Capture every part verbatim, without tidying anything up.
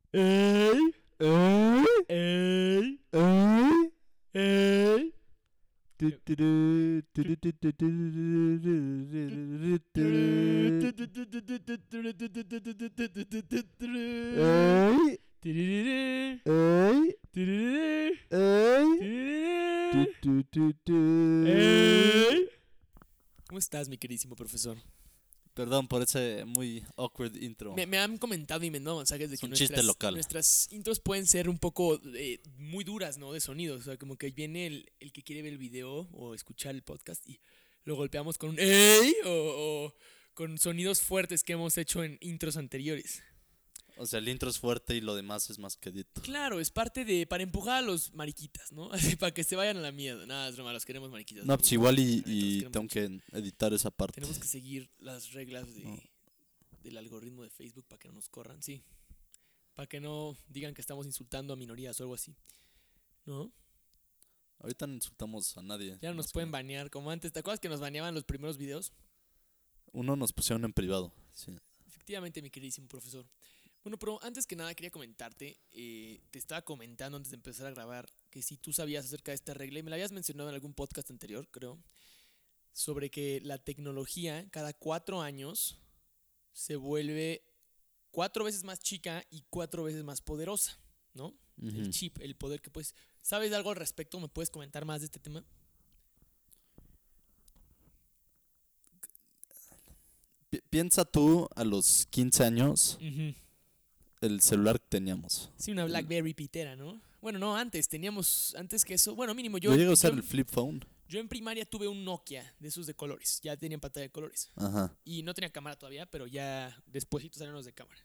Ey, ¡Ey! ey, ¡Ey! ey. Tu, turu, turu, tu, tu, tu, turu, turu. ¡Ey! Tiririrí, ¡Ey! tiririrí, ¡Ey! tiririrí. Tu, tu, tu, tu. Ey. ¿Cómo estás, mi queridísimo profesor? Perdón por ese muy awkward intro. Me, me han comentado y me han dado mensajes de Es que un chiste nuestras, local. nuestras intros pueden ser un poco eh, muy duras, ¿no? De sonido. O sea, como que viene el, el que quiere ver el video o escuchar el podcast y lo golpeamos con un ¡ey! O, o con sonidos fuertes que hemos hecho en intros anteriores. O sea, el intro es fuerte y lo demás es más quedito. Claro, es parte de. Para empujar a los mariquitas, ¿no? Así para que se vayan a la mierda. Nada, es broma, los queremos mariquitas. No, pues igual y, Los y queremos tengo mucho. que editar esa parte. Tenemos que seguir las reglas de, No. del algoritmo de Facebook para que no nos corran, sí. Para que no digan que estamos insultando a minorías o algo así. ¿No? Ahorita no insultamos a nadie. Ya no nos más pueden que- banear como antes. ¿Te acuerdas que nos baneaban los primeros videos? Uno nos pusieron en privado. Sí. Efectivamente, mi queridísimo profesor. Bueno, pero antes que nada quería comentarte, eh, te estaba comentando antes de empezar a grabar que si tú sabías acerca de esta regla, y me la habías mencionado en algún podcast anterior, creo, sobre que la tecnología cada cuatro años se vuelve cuatro veces más chica y cuatro veces más poderosa, ¿no? El Ujú. chip, el poder que puedes... ¿Sabes algo al respecto? ¿Me puedes comentar más de este tema? Pi- piensa tú a los quince años Ujú. el celular que teníamos. Sí, una BlackBerry pitera, ¿no? Bueno, no, antes teníamos, antes que eso, bueno, mínimo yo, Yo llegué a usar yo, el flip phone. yo en primaria tuve un Nokia de esos de colores, ya tenían pantalla de colores. Ajá. Y no tenía cámara todavía, pero ya después salieron los de cámara.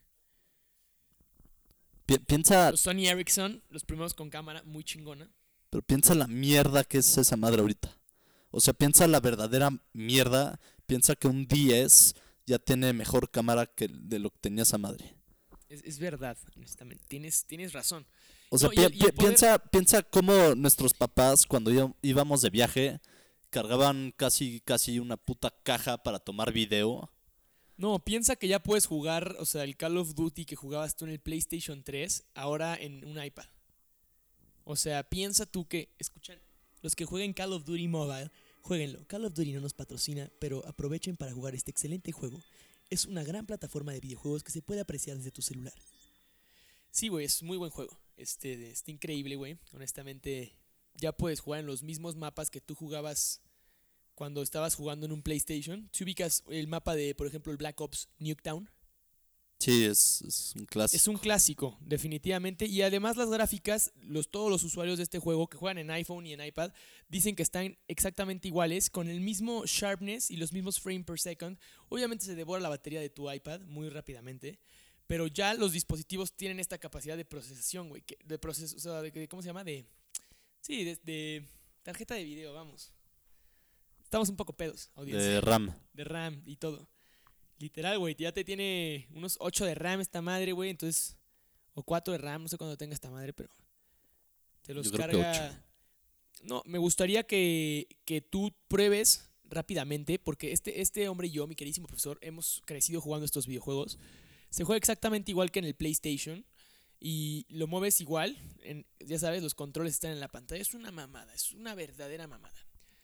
Pi- piensa, Los Sony Ericsson, los primeros con cámara, muy chingona. pero piensa la mierda que es esa madre ahorita. O sea, piensa la verdadera mierda. Piensa que un diez ya tiene mejor cámara que el de lo que tenía esa madre. Es, es verdad, honestamente, tienes, tienes razón. O sea, No, y el- pi- y el pi- poder- piensa, piensa cómo nuestros papás cuando íbam- íbamos de viaje cargaban casi, casi una puta caja para tomar video. No, piensa que ya puedes jugar, o sea, el Call of Duty que jugabas tú en el PlayStation tres, ahora en un iPad. O sea, piensa tú que, escuchan, los que jueguen Call of Duty Mobile, jueguenlo. Call of Duty no nos patrocina, pero aprovechen para jugar este excelente juego. Es una gran plataforma de videojuegos que se puede apreciar desde tu celular. Sí, güey, es muy buen juego. Este, está increíble, güey. Honestamente, ya puedes jugar en los mismos mapas que tú jugabas cuando estabas jugando en un PlayStation. Si ubicas el mapa de, por ejemplo, el Black Ops Nuketown. Sí, es, es un clásico. Es un clásico, definitivamente. Y además las gráficas, los, todos los usuarios de este juego que juegan en iPhone y en iPad dicen que están exactamente iguales, con el mismo sharpness y los mismos frames per second. Obviamente se devora la batería de tu iPad muy rápidamente, pero ya los dispositivos tienen esta capacidad de procesación, güey. que- De proceso, o sea, de, de- ¿cómo se llama? De, sí, de, de tarjeta de video, vamos. Estamos un poco pedos, audiencia. De RAM. De RAM y todo. Literal, güey, ya te tiene unos ocho de RAM esta madre, güey, entonces... O cuatro de RAM, no sé cuándo tenga esta madre, pero... Te los Yo creo que carga... No, me gustaría que, que tú pruebes rápidamente, porque este, este hombre y yo, mi queridísimo profesor, hemos crecido jugando estos videojuegos. Se juega exactamente igual que en el PlayStation y lo mueves igual. En, ya sabes, los controles están en la pantalla. Es una mamada, es una verdadera mamada.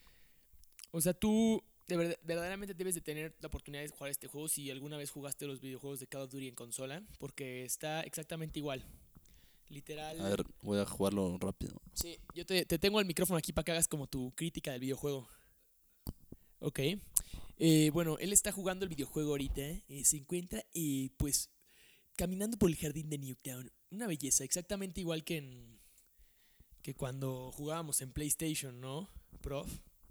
O sea, tú de verdad, verdaderamente debes de tener la oportunidad de jugar este juego si alguna vez jugaste los videojuegos de Call of Duty en consola, porque está exactamente igual. Literal. A ver, voy a jugarlo rápido. Sí, yo te, te tengo el micrófono aquí para que hagas como tu crítica del videojuego. Ok. Eh, bueno, él está jugando el videojuego ahorita. eh, se encuentra, eh, pues, caminando por el jardín de Nuketown. Una belleza, exactamente igual que en. Que cuando jugábamos en PlayStation, ¿no, prof?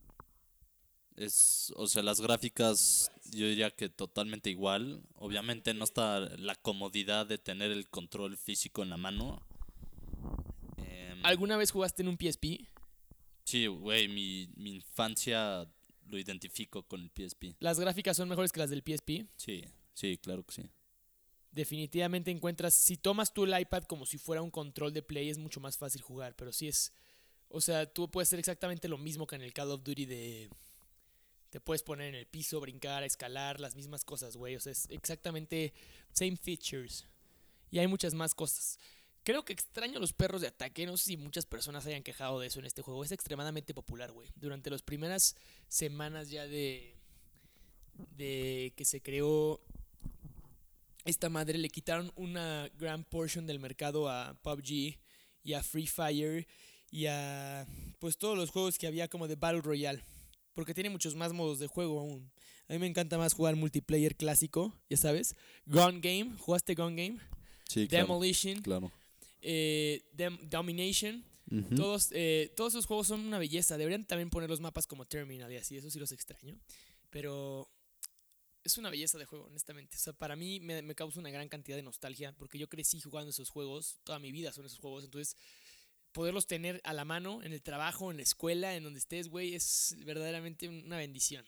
Es, o sea, las gráficas yo diría que totalmente igual. Obviamente no está la comodidad de tener el control físico en la mano. Em, ¿Alguna vez jugaste en un P S P? sí, güey, mi, mi infancia lo identifico con el P S P. Las gráficas son mejores que las del P S P. Sí, sí, claro que sí. Definitivamente encuentras, si tomas tú el iPad como si fuera un control de play, es mucho más fácil jugar, pero sí es, o sea, tú puedes hacer exactamente lo mismo que en el Call of Duty de, te puedes poner en el piso, brincar, escalar, las mismas cosas, güey, o sea, es exactamente same features. Y hay muchas más cosas. Creo que extraño los perros de ataque. No sé si muchas personas hayan quejado de eso en este juego. Es extremadamente popular, güey. Durante las primeras semanas ya de, de que se creó esta madre, le quitaron una gran portion del mercado a P U B G y a Free Fire y a pues todos los juegos que había como de Battle Royale. Porque tiene muchos más modos de juego aún. A mí me encanta más jugar multiplayer clásico, ya sabes. Gun Game, ¿jugaste Gun Game? Sí, claro. Demolition, Claro. eh, Dem- Domination. Ujú. Todos, eh, todos esos juegos son una belleza. Deberían también poner los mapas como Terminal y así. Eso sí los extraño. Pero es una belleza de juego, honestamente. O sea, para mí me, me causa una gran cantidad de nostalgia. Porque yo crecí jugando esos juegos. Toda mi vida son esos juegos. Entonces, poderlos tener a la mano en el trabajo, en la escuela, en donde estés, güey, es verdaderamente una bendición.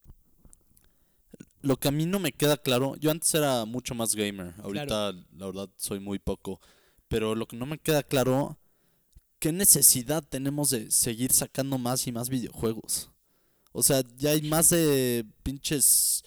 Lo que a mí no me queda claro, yo antes era mucho más gamer, ahorita la verdad soy muy poco, pero lo que no me queda claro, ¿qué necesidad tenemos de seguir sacando más y más videojuegos? O sea, ya hay más de pinches...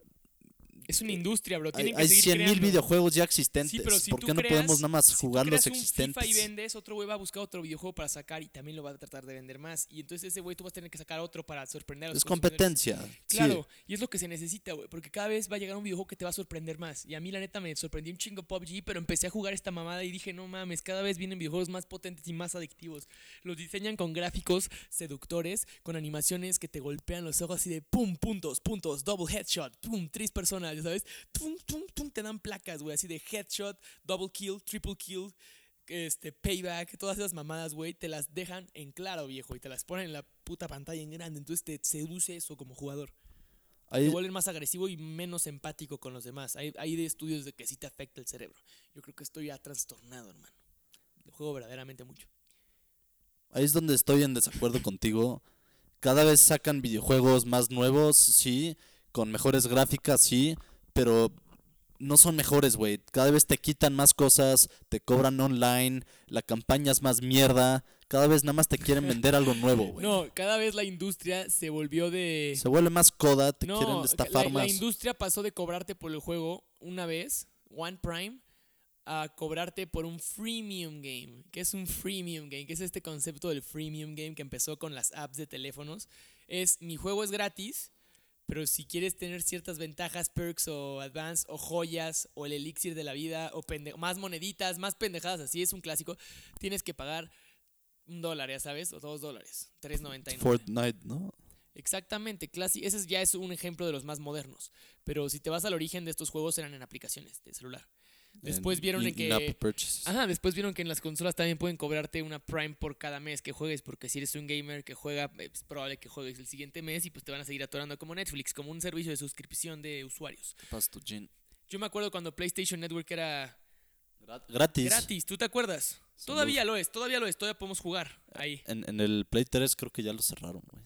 Es una industria, bro. Hay, Tienen que hay seguir cien mil creando. videojuegos ya existentes. Sí, pero si ¿Por tú qué no creas- podemos nada más si tú jugar los creas un existentes? FIFA y vendes, otro güey va a buscar otro videojuego para sacar y también lo va a tratar de vender más. Y entonces ese güey tú vas a tener que sacar otro para sorprender a los Es consumidores. competencia. sí. Claro, y es lo que se necesita, güey, porque cada vez va a llegar un videojuego que te va a sorprender más. Y a mí la neta me sorprendió un chingo P U B G, pero empecé a jugar esta mamada y dije, no mames, cada vez vienen videojuegos más potentes y más adictivos. Los diseñan con gráficos seductores, con animaciones que te golpean los ojos así de pum, puntos, puntos, double headshot, pum, tres personas, ya sabes, pum, pum, pum, te dan placas, güey, así de headshot, double kill, triple kill, este, payback, todas esas mamadas, güey, te las dejan en claro, viejo, y te las ponen en la puta pantalla en grande. Entonces te seduce eso como jugador. Te Ahí, vuelven más agresivo y menos empático con los demás. Hay, hay de estudios de que sí te afecta el cerebro. Yo creo que estoy ya trastornado, hermano. Lo juego verdaderamente mucho. ahí es donde estoy en desacuerdo contigo. Cada vez sacan videojuegos más nuevos, sí, con mejores gráficas, sí, pero no son mejores, güey. Cada vez te quitan más cosas, te cobran online, la campaña es más mierda. Cada vez nada más te quieren vender algo nuevo, güey. No, cada vez la industria se volvió de... Se vuelve más coda, te no, quieren estafar la, la más. industria pasó de cobrarte por el juego una vez, One Prime, a cobrarte por un freemium game. ¿Qué es un freemium game? ¿Qué es este concepto del freemium game que empezó con las apps de teléfonos? Es, mi juego es gratis, pero si quieres tener ciertas ventajas, perks o advance o joyas o el elixir de la vida o pende- más moneditas, más pendejadas, así es un clásico, tienes que pagar un dólar, ya sabes, o dos dólares, tres noventa y nueve. Fortnite, ¿no? Exactamente, clasi- ese es- ya es un ejemplo de los más modernos. Pero si te vas al origen de estos juegos, eran en aplicaciones de celular. Después vieron en que- in-app purchases. Ajá, después vieron que en las consolas también pueden cobrarte una Prime por cada mes que juegues, porque si eres un gamer que juega, es probable que juegues el siguiente mes y pues te van a seguir atorando como Netflix, como un servicio de suscripción de usuarios. ¿Qué pasa, tu Jin? Yo me acuerdo cuando PlayStation Network era Gra- Gratis. gratis, ¿tú te acuerdas? Salud. Todavía lo es, todavía lo es, todavía podemos jugar ahí. En, en el Play tres creo que ya lo cerraron, güey.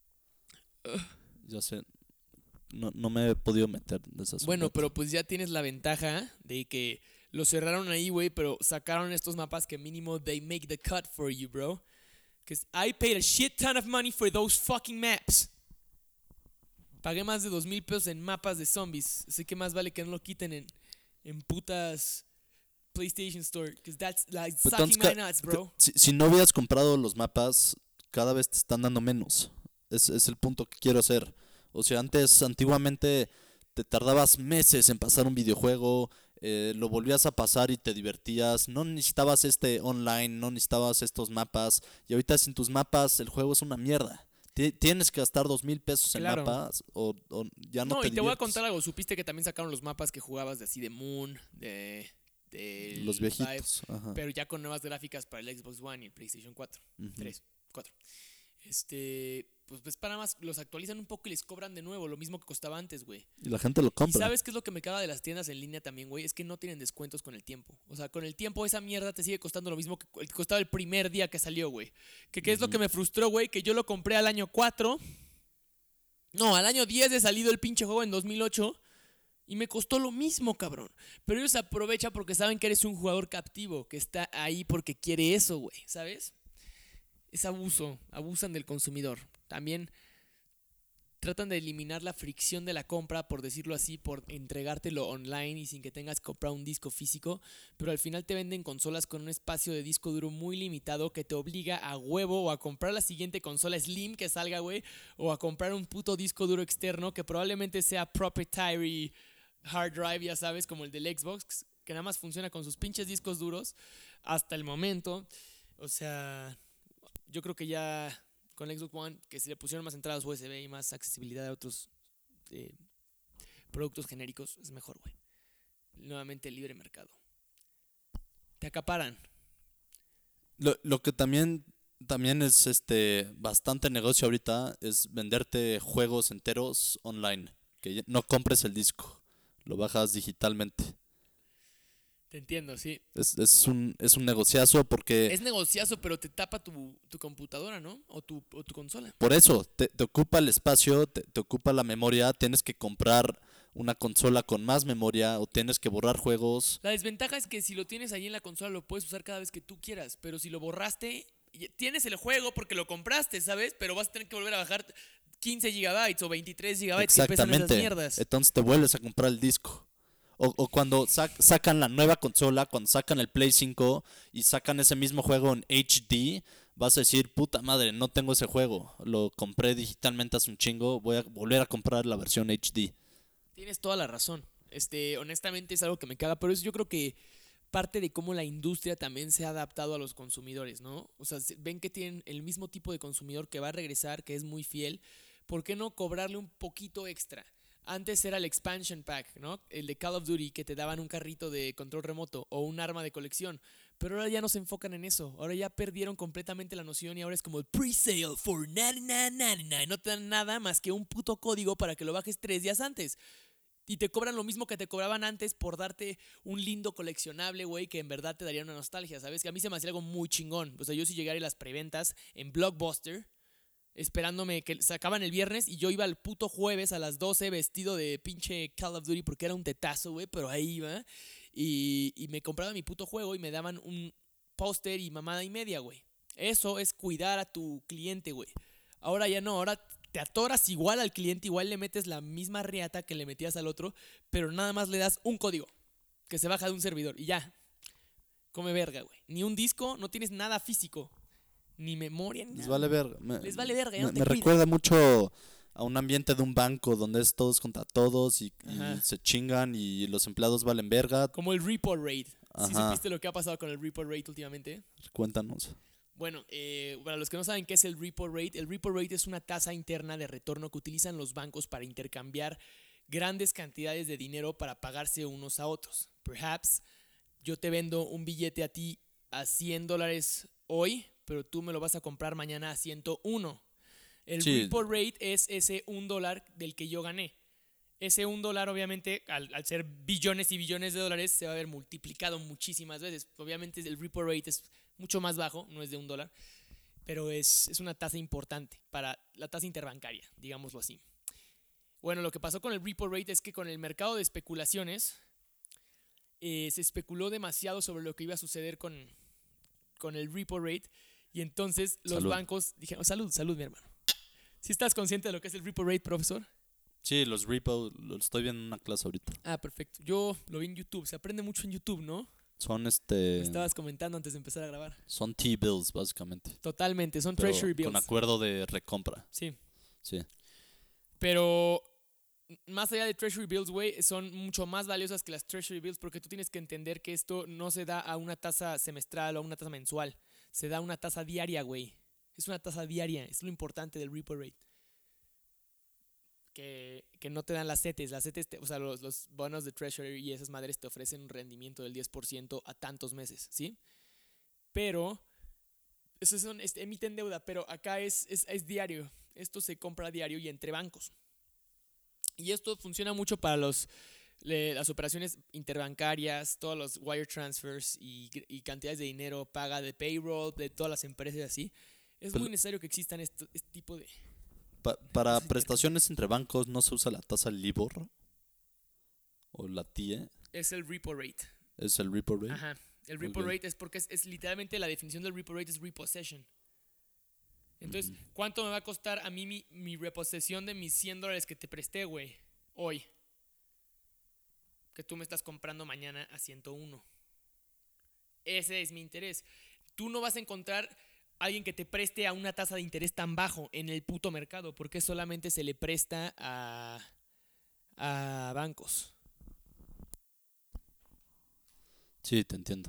Ya sé. No, no me he podido meter de esas. Bueno, pero pues ya tienes la ventaja de que lo cerraron ahí, güey, pero sacaron estos mapas que mínimo they make the cut for you, bro. Because I paid a shit ton of money for those fucking maps. Pagué más de dos mil pesos en mapas de zombies. Así que más vale que no lo quiten en, en putas PlayStation Store. Because that's like Pero sucking entonces, my ca- nuts, bro. Si, si no hubieras comprado los mapas, cada vez te están dando menos. Es, es el punto que quiero hacer. O sea, antes, antiguamente, te tardabas meses en pasar un videojuego, eh, lo volvías a pasar y te divertías. No necesitabas este online, no necesitabas estos mapas. Y ahorita sin tus mapas, el juego es una mierda. Ti- Tienes que gastar dos mil pesos en Claro. mapas o, o ya no, No, te y te voy a diviertes. contar algo. Supiste que también sacaron los mapas que jugabas de así de Moon, de... de Los viejitos. Ajá. pero ya con nuevas gráficas para el Xbox One y el PlayStation cuatro. Ujú. tres, cuatro. Este, pues, pues para más, los actualizan un poco y les cobran de nuevo lo mismo que costaba antes, güey. Y la gente lo ¿Y compra. sabes qué es lo que me caga de las tiendas en línea también, güey? Es que no tienen descuentos con el tiempo. O sea, con el tiempo esa mierda te sigue costando lo mismo que cu- costaba el primer día que salió, güey. ¿Que qué es lo que me frustró, güey? Que yo lo compré al año cuatro. No, al año diez de salido el pinche juego en dos mil ocho. Y me costó lo mismo, cabrón. Pero ellos aprovechan porque saben que eres un jugador captivo, que está ahí porque quiere eso, güey, ¿sabes? Es abuso, abusan del consumidor. También tratan de eliminar la fricción de la compra, por decirlo así, por entregártelo online y sin que tengas que comprar un disco físico, pero al final te venden consolas con un espacio de disco duro muy limitado que te obliga a huevo o a comprar la siguiente consola Slim que salga, güey, o a comprar un puto disco duro externo que probablemente sea proprietary hard drive, ya sabes, como el del Xbox, que nada más funciona con sus pinches discos duros hasta el momento. O sea, yo creo que ya con el Xbox One, que se le pusieron más entradas U S B y más accesibilidad a otros eh, productos genéricos, es mejor, güey. Nuevamente libre mercado. Te acaparan. Lo, lo que también, también es este bastante negocio ahorita es venderte juegos enteros online. Que ya- no compres el disco, lo bajas digitalmente. Te entiendo, sí. Es, es un, es un negociazo porque Es negociazo, pero te tapa tu, tu computadora, ¿no? O tu, o tu consola. por eso te, te ocupa el espacio, te, te ocupa la memoria, tienes que comprar una consola con más memoria o tienes que borrar juegos. La desventaja es que si lo tienes ahí en la consola lo puedes usar cada vez que tú quieras, pero si lo borraste, y- tienes el juego porque lo compraste, ¿sabes? Pero vas a tener que volver a bajar quince gigabytes o veintitrés gigabytes que pesan esas Exactamente. mierdas. Entonces te vuelves a comprar el disco. O, o cuando sac- sacan la nueva consola, cuando sacan el Play cinco y sacan ese mismo juego en H D, vas a decir, puta madre, no tengo ese juego. Lo compré digitalmente hace un chingo, voy a volver a comprar la versión H D. Tienes toda la razón. Este, honestamente es algo que me caga, pero eso yo creo que parte de cómo la industria también se ha adaptado a los consumidores, ¿no? O sea, se- ven que tienen el mismo tipo de consumidor que va a regresar, que es muy fiel. ¿Por qué no cobrarle un poquito extra? Antes era el expansion pack, ¿no? El de Call of Duty, que te daban un carrito de control remoto o un arma de colección. Pero ahora ya no se enfocan en eso. Ahora ya perdieron completamente la noción y ahora es como el pre-sale for noventa y nueve noventa y nueve. No te dan nada más que un puto código para que lo bajes tres días antes. Y te cobran lo mismo que te cobraban antes por darte un lindo coleccionable, güey, que en verdad te daría una nostalgia, ¿sabes? Que a mí se me hacía algo muy chingón. O sea, yo sí llegué a las preventas en Blockbuster, esperándome que sacaban el viernes y yo iba al puto jueves a las doce vestido de pinche Call of Duty porque era un tetazo, güey, pero ahí iba. Y, y me compraba mi puto juego y me daban un póster y mamada y media, güey. Eso es cuidar a tu cliente, güey. Ahora ya no, ahora te atoras igual al cliente, igual le metes la misma riata que le metías al otro, pero nada más le das un código que se baja de un servidor y ya. Come verga, güey. Ni un disco, no tienes nada físico. Ni memoria, ni Les nada. vale verga. Me, Les vale verga, ya me, no te me cuidan. recuerda mucho a un ambiente de un banco donde es todos contra todos y, y Ajá. se chingan y los empleados valen verga. Como el repo rate. ¿Sí Ajá. supiste lo que ha pasado con el repo rate últimamente? Cuéntanos. Bueno, eh, para los que no saben qué es el repo rate, el repo rate es una tasa interna de retorno que utilizan los bancos para intercambiar grandes cantidades de dinero para pagarse unos a otros. Perhaps yo te vendo un billete a ti a cien dólares hoy, pero tú me lo vas a comprar mañana a ciento uno. El Sí. repo rate es ese un dólar del que yo gané. Ese un dólar, obviamente, al, al ser billones y billones de dólares, se va a ver multiplicado muchísimas veces. Obviamente, el repo rate es mucho más bajo, no es de un dólar, pero es, es una tasa importante para la tasa interbancaria, digámoslo así. Bueno, lo que pasó con el repo rate es que con el mercado de especulaciones eh, se especuló demasiado sobre lo que iba a suceder con, con el repo rate y entonces los Salud. bancos dijeron, salud, salud, mi hermano. ¿Sí estás consciente de lo que es el repo rate, profesor? Sí, los repo, lo estoy viendo en una clase ahorita. Ah, perfecto. Yo lo vi en YouTube. Se aprende mucho en YouTube, ¿no? Son Me este. estabas comentando antes de empezar a grabar. Son T-bills, básicamente. Totalmente, son Pero treasury bills. con acuerdo de recompra. Sí. Sí. Pero más allá de treasury bills, güey, son mucho más valiosas que las treasury bills porque tú tienes que entender que esto no se da a una tasa semestral o a una tasa mensual. Se da a una tasa diaria, güey. Es una tasa diaria. Es lo importante del repo rate. Que, que no te dan las CETES. Las CETES, te- o sea, los, los bonos de treasury y esas madres te ofrecen un rendimiento del diez por ciento a tantos meses, ¿sí? Pero, eso son, este, emiten deuda, pero acá es, es, es diario. Esto se compra diario y entre bancos. Y esto funciona mucho para los, le- las operaciones interbancarias, todos los wire transfers y, y cantidades de dinero paga de payroll de todas las empresas y así. Es Pero- muy necesario que existan esto- este tipo de... Pa- para Tasas prestaciones entre bancos no se usa la tasa LIBOR o la T I E, Es el repo rate. es el repo rate. Ajá. El repo Ok. rate es porque es, es literalmente la definición del repo rate es repossession. Entonces, Ujú. ¿cuánto me va a costar a mí mi, mi reposición de mis cien dólares que te presté, güey? Hoy. Que tú me estás comprando mañana a ciento uno. Ese es mi interés. Tú no vas a encontrar a alguien que te preste a una tasa de interés tan bajo en el puto mercado, porque solamente se le presta a, a bancos. Sí, te entiendo.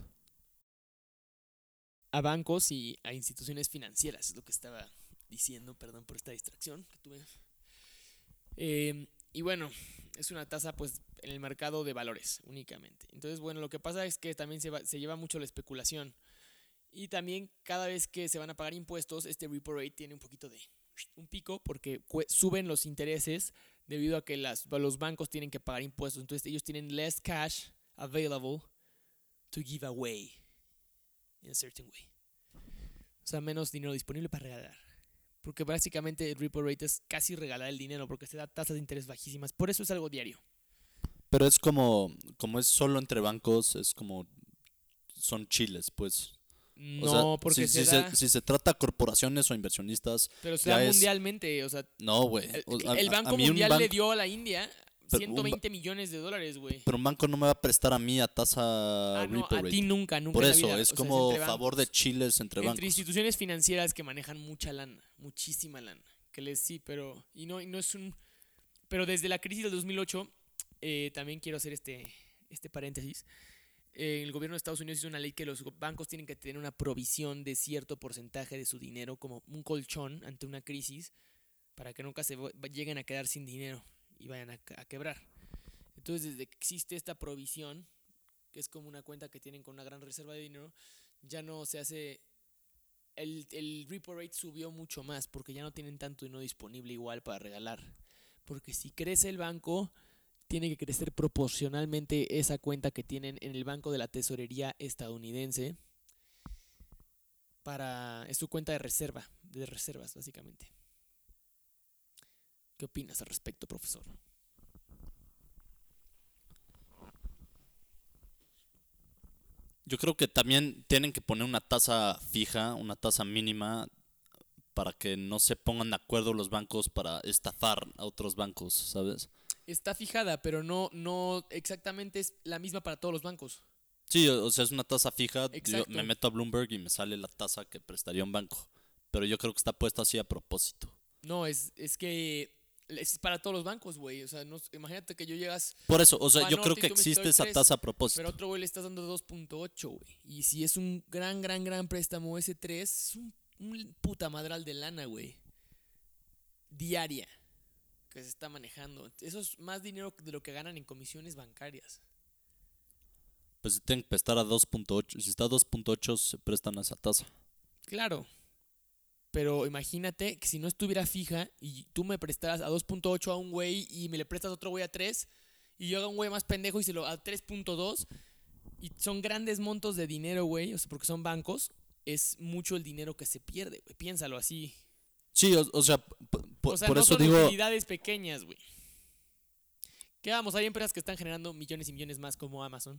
A bancos y a instituciones financieras, es lo que estaba diciendo, perdón por esta distracción que tuve. Eh, y bueno, es una tasa pues en el mercado de valores únicamente. Entonces, bueno, lo que pasa es que también se, va, se lleva mucho la especulación. Y también cada vez que se van a pagar impuestos, este repo rate tiene un poquito de un pico porque suben los intereses debido a que las, los bancos tienen que pagar impuestos. Entonces ellos tienen less cash available to give away in a certain way. O sea, menos dinero disponible para regalar. Porque básicamente el repo rate es casi regalar el dinero porque se da tasas de interés bajísimas. Por eso es algo diario. Pero es como, como es solo entre bancos, es como son chiles, pues. O sea, No, porque si, se si da... se, si se trata de corporaciones o inversionistas, Pero se ya da es... mundialmente. O sea, No, güey. el, O- a- el a- a Banco mí un Mundial le banco, dio a la India pero ciento un, ba- veinte millones de dólares, güey. pero un banco no me va a prestar a mí a tasa Ah, no, repo a ti rate. nunca, nunca Por en la eso, vida. es O sea, como entre favor de bancos. chiles entre Entre bancos. instituciones financieras que manejan mucha lana, muchísima lana. Que les sí, pero... Y no, y no es un... Pero desde la crisis del dos mil ocho, eh, también quiero hacer este, este paréntesis. Eh, el gobierno de Estados Unidos hizo una ley que los bancos tienen que tener una provisión de cierto porcentaje de su dinero como un colchón ante una crisis para que nunca se lleguen a quedar sin dinero y vayan a, a quebrar. Entonces, desde que existe esta provisión, que es como una cuenta que tienen con una gran reserva de dinero, ya no se hace... El, el repo rate subió mucho más porque ya no tienen tanto dinero disponible igual para regalar. Porque si crece el banco, tiene que crecer proporcionalmente esa cuenta que tienen en el Banco de la Tesorería estadounidense. Para, es su cuenta de reserva, de reservas básicamente. ¿Qué opinas al respecto, profesor? Yo creo que también tienen que poner una tasa fija, una tasa mínima, para que no se pongan de acuerdo los bancos para estafar a otros bancos, ¿sabes? Está fijada, pero no, no exactamente es la misma para todos los bancos. Sí, o o sea, es una tasa fija. Yo Exacto. me meto a Bloomberg y me sale la tasa que prestaría un banco. Pero yo creo que está puesto así a propósito. No, es, es que es para todos los bancos, güey. O sea, no, imagínate que yo llegas Por eso, o sea, yo Banorte creo y que tú me existe doy esa tres, tasa a pero propósito. a otro güey le estás dando dos punto ocho, güey. Y si es un gran, gran, gran préstamo ese tres, es un, un puta madral de lana, güey. Diaria que se está manejando. Eso es más dinero de lo que ganan en comisiones bancarias. Pues si tienen que prestar a dos punto ocho. Si está a dos punto ocho, se prestan a esa tasa. Claro. Pero imagínate que si no estuviera fija y tú me prestaras a dos punto ocho a un güey y me le prestas a otro güey a tres y yo hago un güey más pendejo y se lo a tres punto dos y son grandes montos de dinero, güey, o sea, porque son bancos, es mucho el dinero que se pierde, güey. Piénsalo así. Sí, o, o sea, p- p- O sea, por no eso son digo, utilidades pequeñas, güey. ¿Qué vamos? Hay empresas que están generando millones y millones más como Amazon.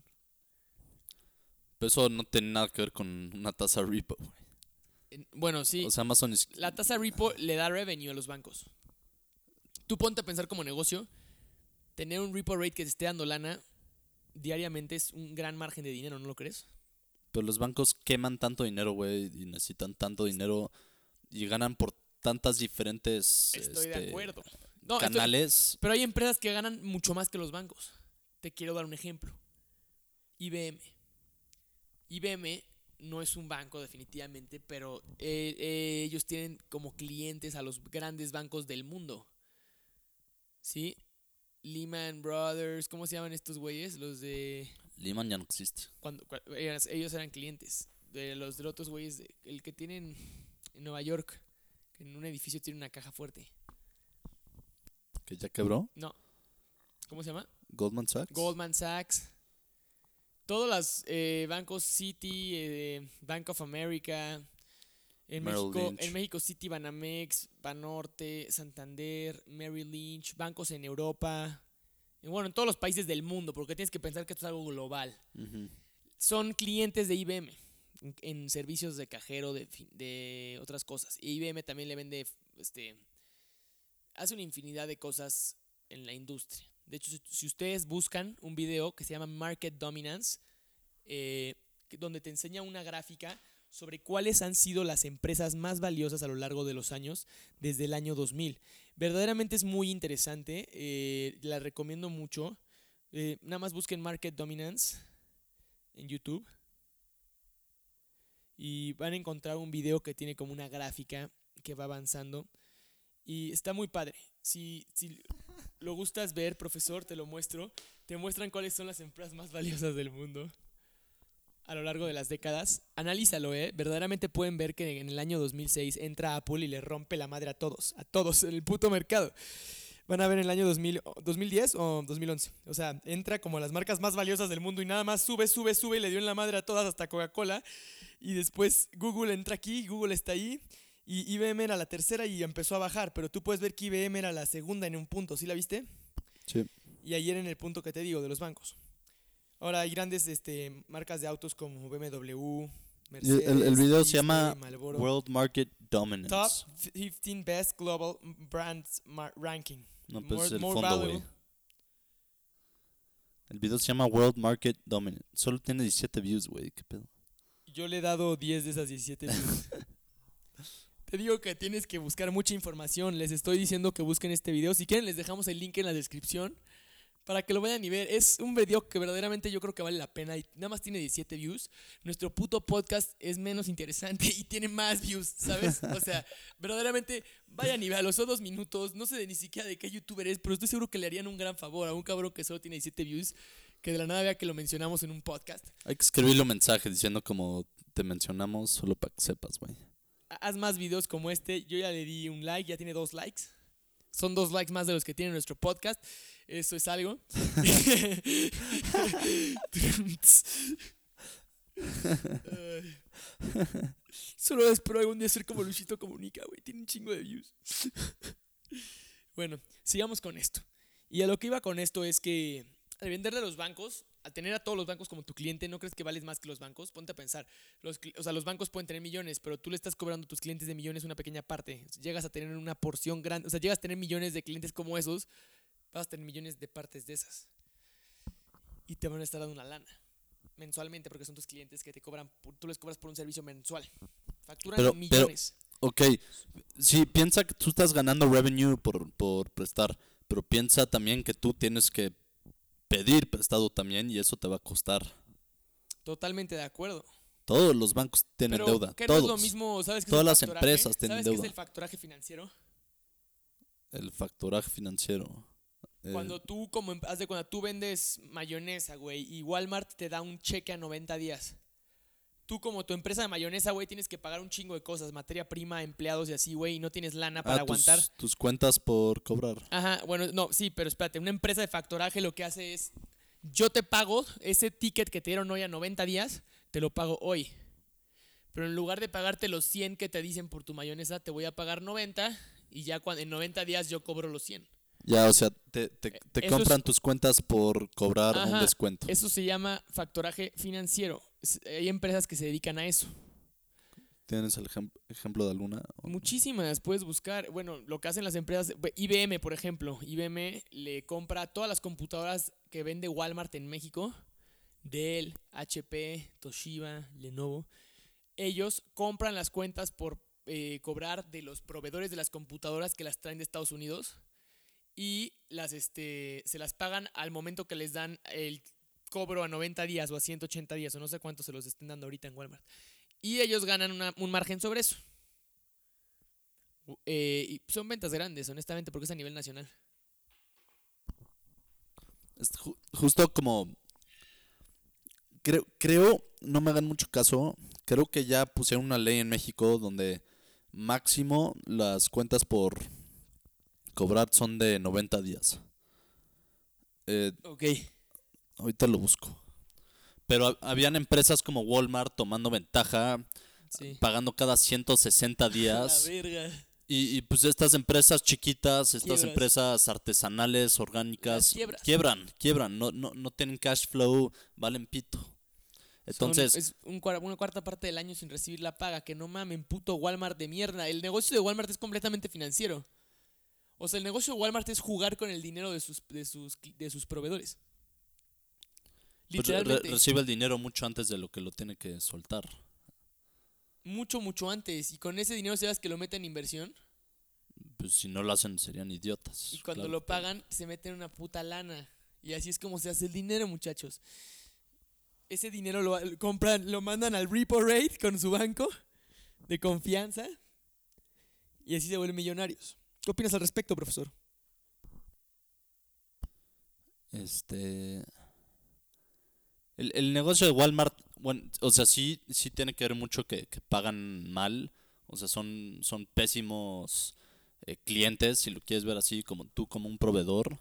eso no tiene nada que ver con una tasa repo, güey. En- Bueno, sí, O sea, Amazon es... la tasa repo le da revenue a los bancos. Tú ponte a pensar como negocio, tener un repo rate que te esté dando lana diariamente es un gran margen de dinero, ¿no lo crees? Pero los bancos queman tanto dinero, güey, y necesitan tanto dinero y ganan por tantas diferentes Estoy de este, acuerdo. No, estoy- canales. pero hay empresas que ganan mucho más que los bancos. Te quiero dar un ejemplo. I B M. I B M no es un banco definitivamente, pero eh, eh, ellos tienen como clientes a los grandes bancos del mundo. ¿Sí? Lehman Brothers, ¿cómo se llaman estos güeyes? Los de... Lehman ya no existe. Cuando, cua- eras- ellos eran clientes de los de otros güeyes, de- el que tienen en Nueva York, que en un edificio tiene una caja fuerte. ¿Que ya quebró? No, ¿cómo se llama? Goldman Sachs. Goldman Sachs. Todos los eh, bancos Citi, eh, Bank of America, en Merrill México, Lynch. en México Citi, Banamex, Banorte, Santander, Merrill Lynch, bancos en Europa, y bueno, en todos los países del mundo, porque tienes que pensar que esto es algo global. Ujú. Son clientes de I B M, en, en servicios de cajero, de, fi- de otras cosas. Y I B M también le vende, este, hace una infinidad de cosas en la industria. De hecho, si, si ustedes buscan un video que se llama Market Dominance, eh, que- donde te enseña una gráfica sobre cuáles han sido las empresas más valiosas a lo largo de los años desde el año dos mil. Verdaderamente es muy interesante, eh, la recomiendo mucho. Eh, nada más busquen Market Dominance en YouTube y van a encontrar un video que tiene como una gráfica que va avanzando y está muy padre. Si, si lo gustas ver, profesor, te lo muestro. Te muestran cuáles son las empresas más valiosas del mundo a lo largo de las décadas. Analízalo, ¿eh? Verdaderamente pueden ver que en el año dos mil seis entra Apple y le rompe la madre a todos, a todos en el puto mercado. Van a ver en el año dos mil, dos mil diez o dos mil once. O sea, entra como las marcas más valiosas del mundo y nada más sube, sube, sube y le dio en la madre a todas hasta Coca-Cola. Y después Google entra aquí, Google está ahí. Y I B M era la tercera y empezó a bajar. Pero tú puedes ver que I B M era la segunda en un punto. ¿Sí la viste? Sí. Y ayer en el punto que te digo, de los bancos. Ahora hay grandes este, marcas de autos como B M W, Y Mercedes, El, el video se Disney, llama Marlboro. World Market Dominance. Top fifteen Best Global Brands Mar- Ranking. No, pues More- es el more fondo, value. güey. El video se llama World Market Dominance. Solo tiene diecisiete views, güey. ¿Qué pedo? Yo le he dado diez de esas diecisiete views. Te digo que tienes que buscar mucha información. Les estoy diciendo que busquen este video. Si quieren, les dejamos el link en la descripción para que lo vayan y ver. Es un video que verdaderamente yo creo que vale la pena y nada más tiene diecisiete views. Nuestro puto podcast es menos interesante y tiene más views, ¿sabes? O sea, verdaderamente vayan y véanlo. Son dos minutos. No sé de ni siquiera de qué youtuber es, pero estoy seguro que le harían un gran favor a un cabrón que solo tiene diecisiete views, que de la nada vea que lo mencionamos en un podcast. Hay que escribirle un mensaje diciendo como te mencionamos, solo para que sepas, güey. Haz más videos como este. Yo ya le di un like, ya tiene dos likes. Son dos likes más de los que tiene nuestro podcast. Eso es algo. Ay. Solo espero algún día ser como Luisito Comunica, güey. Tiene un chingo de views. Bueno, sigamos con esto. Y a lo que iba con esto es que al venderle a los bancos, al tener a todos los bancos como tu cliente, ¿no crees que vales más que los bancos? Ponte a pensar. Los, cli- o sea, los bancos pueden tener millones, pero tú le estás cobrando a tus clientes de millones una pequeña parte. Llegas a tener una porción grande. O sea, llegas a tener millones de clientes como esos, vas a tener millones de partes de esas. Y te van a estar dando una lana mensualmente porque son tus clientes que te cobran, por- tú les cobras por un servicio mensual. Facturan Pero- pero- millones. Ok, sí, piensa que tú estás ganando revenue por, por prestar, pero piensa también que tú tienes que pedir prestado también y eso te va a costar. Totalmente de acuerdo. Todos los bancos tienen Pero deuda, ¿qué todos. no es lo mismo? ¿Sabes qué es Todas el las factoraje? empresas tienen ¿Sabes qué es deuda. el factoraje financiero? El factoraje financiero. eh, Cuando tú, como, em- haz de cuando tú vendes mayonesa, güey, y Walmart te da un cheque a noventa días. Tú, como tu empresa de mayonesa, güey, tienes que pagar un chingo de cosas, materia prima, empleados y así, güey, y no tienes lana para ah, tus- aguantar. tus cuentas por cobrar. Ajá, bueno, no, sí, pero espérate, una empresa de factoraje lo que hace es, yo te pago ese ticket que te dieron hoy a noventa días, te lo pago hoy. Pero en lugar de pagarte los cien que te dicen por tu mayonesa, te voy a pagar noventa y ya cuando, en noventa días yo cobro los cien. Ya, o sea, te, te, te Eso compran es- tus cuentas por cobrar un Ajá, descuento. Eso se llama factoraje financiero. Es- hay empresas que se dedican a eso. ¿Tienes el ejem- ejemplo de alguna? ¿O- Muchísimas, puedes buscar. Bueno, lo que hacen las empresas, bu- I B M, por ejemplo. I B M le compra todas las computadoras que vende Walmart en México. Dell, H P, Toshiba, Lenovo. Ellos compran las cuentas por eh, cobrar de los proveedores de las computadoras que las traen de Estados Unidos. Y las, este, se las pagan al momento que les dan el cobro a noventa días o a ciento ochenta días o no sé cuánto se los estén dando ahorita en Walmart. Y ellos ganan una- un margen sobre eso. U- eh, y son ventas grandes, honestamente, porque es a nivel nacional. Es ju- justo como creo, creo, no me hagan mucho caso, creo que ya pusieron una ley en México donde máximo las cuentas por cobrar son de noventa días. Eh, Ok. ahorita lo busco. Pero ha- habían empresas como Walmart tomando ventaja, Sí. pagando cada ciento sesenta La días. verga. Y, y pues estas empresas chiquitas, estas Quiebras. empresas artesanales, Las orgánicas, quiebras. quiebran, quiebran, no, no, no tienen cash flow, valen pito. Entonces, Son, es un, cua- una cuarta parte del año sin recibir la paga. Que no mamen, puto Walmart de mierda. El negocio de Walmart es completamente financiero. O sea, el negocio de Walmart es jugar con el dinero de sus, de sus, cli- de sus proveedores. pues, re- Literalmente. recibe el dinero mucho antes de lo que lo tiene que soltar. Mucho, mucho antes. Y con ese dinero sabes que lo meten en inversión. Pues si no lo hacen serían idiotas. Y cuando claro, lo pero- pagan, se meten una puta lana. Y así es como se hace el dinero, muchachos. Ese dinero lo lo compran, lo mandan al repo rate con su banco de confianza. Y así se vuelven millonarios. ¿Qué opinas al respecto, profesor? Este. El, el negocio de Walmart, bueno, o sea, sí, sí tiene que ver mucho que, que pagan mal. O sea, son, son pésimos eh, clientes, si lo quieres ver así, como tú, como un proveedor.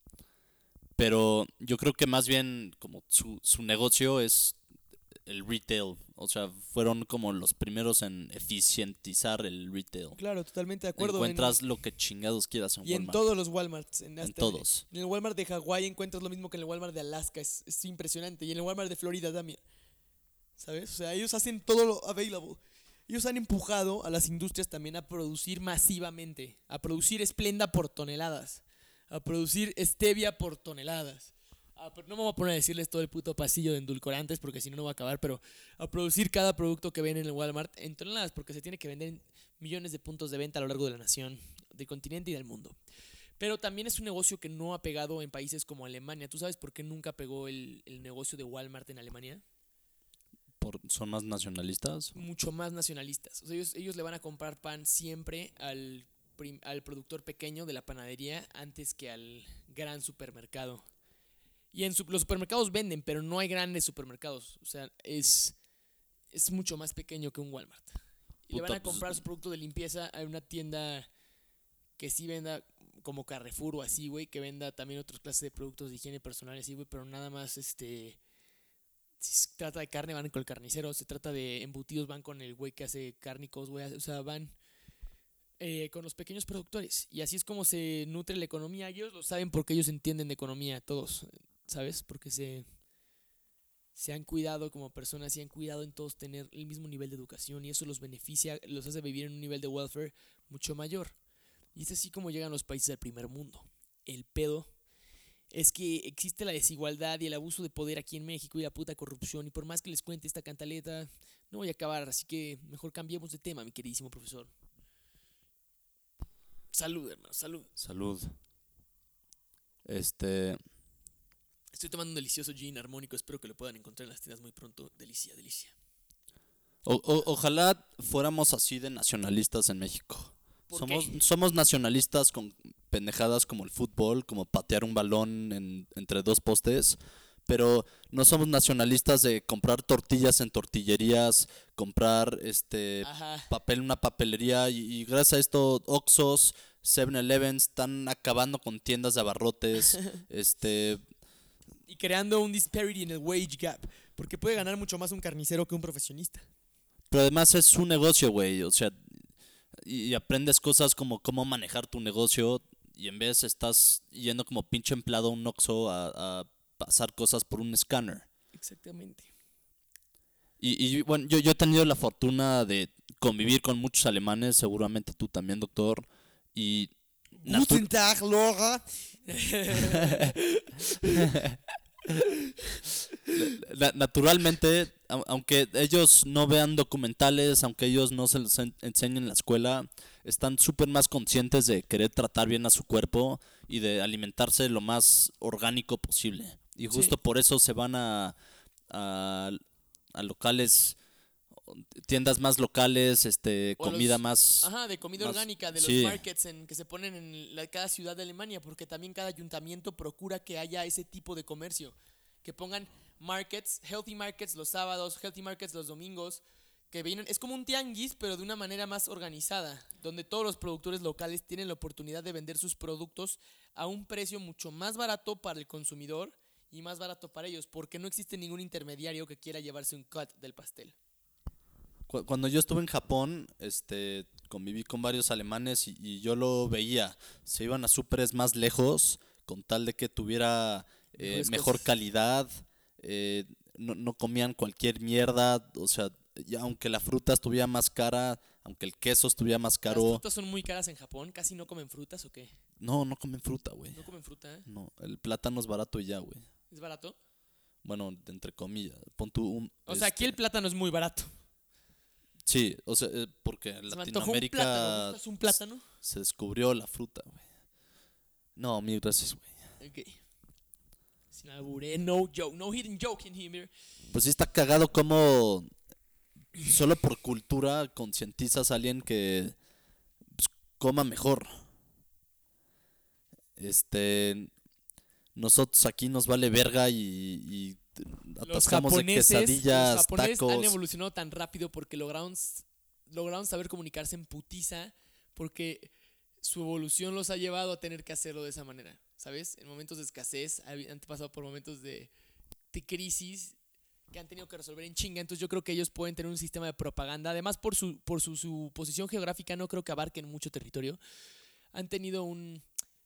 Pero yo creo que más bien como su, su negocio es el retail. O sea, fueron como los primeros en eficientizar el retail. Claro, totalmente de acuerdo. Encuentras En- lo que chingados quieras en y en Walmart. todos los Walmarts. En, En hasta todos. En el Walmart de Hawái encuentras lo mismo que en el Walmart de Alaska. Es, es impresionante. Y en el Walmart de Florida también. ¿Sabes? O sea, ellos hacen todo lo available. Ellos han empujado a las industrias también a producir masivamente. A producir Splenda por toneladas. A producir Stevia por toneladas. A pro- no me voy a poner a decirles todo el puto pasillo de endulcorantes porque si no, no va a acabar. Pero a producir cada producto que ven en el Walmart en toneladas porque se tiene que vender en millones de puntos de venta a lo largo de la nación, del continente y del mundo. Pero también es un negocio que no ha pegado en países como Alemania. ¿Tú sabes por qué nunca pegó el, el negocio de Walmart en Alemania? Por, son más nacionalistas. Mucho más nacionalistas. O sea, ellos, ellos le van a comprar pan siempre al, prim- al productor pequeño de la panadería antes que al gran supermercado. Y en su- los supermercados venden, pero no hay grandes supermercados. O sea, es, es mucho más pequeño que un Walmart. Y le van Puta, a pues, comprar su producto de limpieza a una tienda que sí venda como Carrefour o así, güey, que venda también otras clases de productos de higiene personal, así, güey, pero nada más, este, si se trata de carne, van con el carnicero, se trata de embutidos, van con el güey que hace cárnicos, güey, o sea, van eh, con los pequeños productores. Y así es como se nutre la economía. Ellos lo saben porque ellos entienden de economía, todos, ¿sabes? Porque se, se han cuidado como personas y han cuidado en todos tener el mismo nivel de educación y eso los beneficia, los hace vivir en un nivel de welfare mucho mayor. Y es así como llegan los países del primer mundo. El pedo es que existe la desigualdad y el abuso de poder aquí en México y la puta corrupción. Y por más que les cuente esta cantaleta, no voy a acabar. Así que mejor cambiemos de tema, mi queridísimo profesor. Salud, hermano, salud. Salud. Este. Estoy tomando un delicioso gin armónico. Espero que lo puedan encontrar en las tiendas muy pronto. Delicia, delicia. O- o- ojalá fuéramos así de nacionalistas en México. ¿Por Somos, qué? somos nacionalistas con pendejadas como el fútbol, como patear un balón en- entre dos postes, pero no somos nacionalistas de comprar tortillas en tortillerías, comprar este Ajá. papel en una papelería y, y gracias a esto Oxxos, seven eleven están acabando con tiendas de abarrotes, este Y creando un disparity en el wage gap. Porque puede ganar mucho más un carnicero que un profesionista. pero además es un negocio, güey, o sea, y, y aprendes cosas como cómo manejar tu negocio y en vez estás yendo como pinche empleado a un Oxxo a, a pasar cosas por un escáner. Exactamente. Y, y bueno, yo, yo he tenido la fortuna de convivir con muchos alemanes, seguramente tú también, doctor, y natu- Guten Tag, Laura. na- naturalmente, au- aunque ellos no vean documentales, aunque ellos no se los en- enseñen en la escuela, están súper más conscientes de querer tratar bien a su cuerpo y de alimentarse lo más orgánico posible. Y Sí. justo por eso se van a, a, a locales, tiendas más locales, este, O comida los- más... Ajá, de comida más- orgánica, de sí. los markets en, que se ponen en la- cada ciudad de Alemania, porque también cada ayuntamiento procura que haya ese tipo de comercio. Que pongan markets, healthy markets los sábados, healthy markets los domingos, que vienen, es como un tianguis, pero de una manera más organizada, donde todos los productores locales tienen la oportunidad de vender sus productos a un precio mucho más barato para el consumidor y más barato para ellos, porque no existe ningún intermediario que quiera llevarse un cut del pastel. Cu- Cuando yo estuve en Japón, este, conviví con varios alemanes y, y yo lo veía. Se iban a súperes más lejos con tal de que tuviera eh, Mejores mejor cosas. calidad, eh, no, no comían cualquier mierda, o sea, y aunque la fruta estuviera más cara, aunque el queso estuviera más ¿Las caro, frutas son muy caras en Japón? ¿Casi no comen frutas o qué? no, no comen fruta, güey. ¿No comen fruta? ¿Eh? No, el plátano es barato y ya, güey. ¿Es barato? Bueno, entre comillas, pon tú un... O sea, aquí este, el plátano es muy barato. Sí, o sea, eh, porque en Se me antojó un Latinoamérica plátano. ¿Gustas un plátano? se descubrió la fruta, güey. No, mil gracias, güey. Ok. Sin albure, no joke, no hidden joke in here. Pues sí está cagado como solo por cultura concientizas a alguien que pues, coma mejor. Este, nosotros aquí nos vale verga y, y Los atascamos de japoneses, quesadillas, los japoneses han tacos. evolucionado tan rápido porque lograron, s- lograron saber comunicarse en putiza porque su evolución los ha llevado a tener que hacerlo de esa manera, ¿sabes? En momentos de escasez habi- han pasado por momentos de, de crisis que han tenido que resolver en chinga, entonces yo creo que ellos pueden tener un sistema de propaganda, además por su, por su, su posición geográfica no creo que abarquen mucho territorio, han tenido un,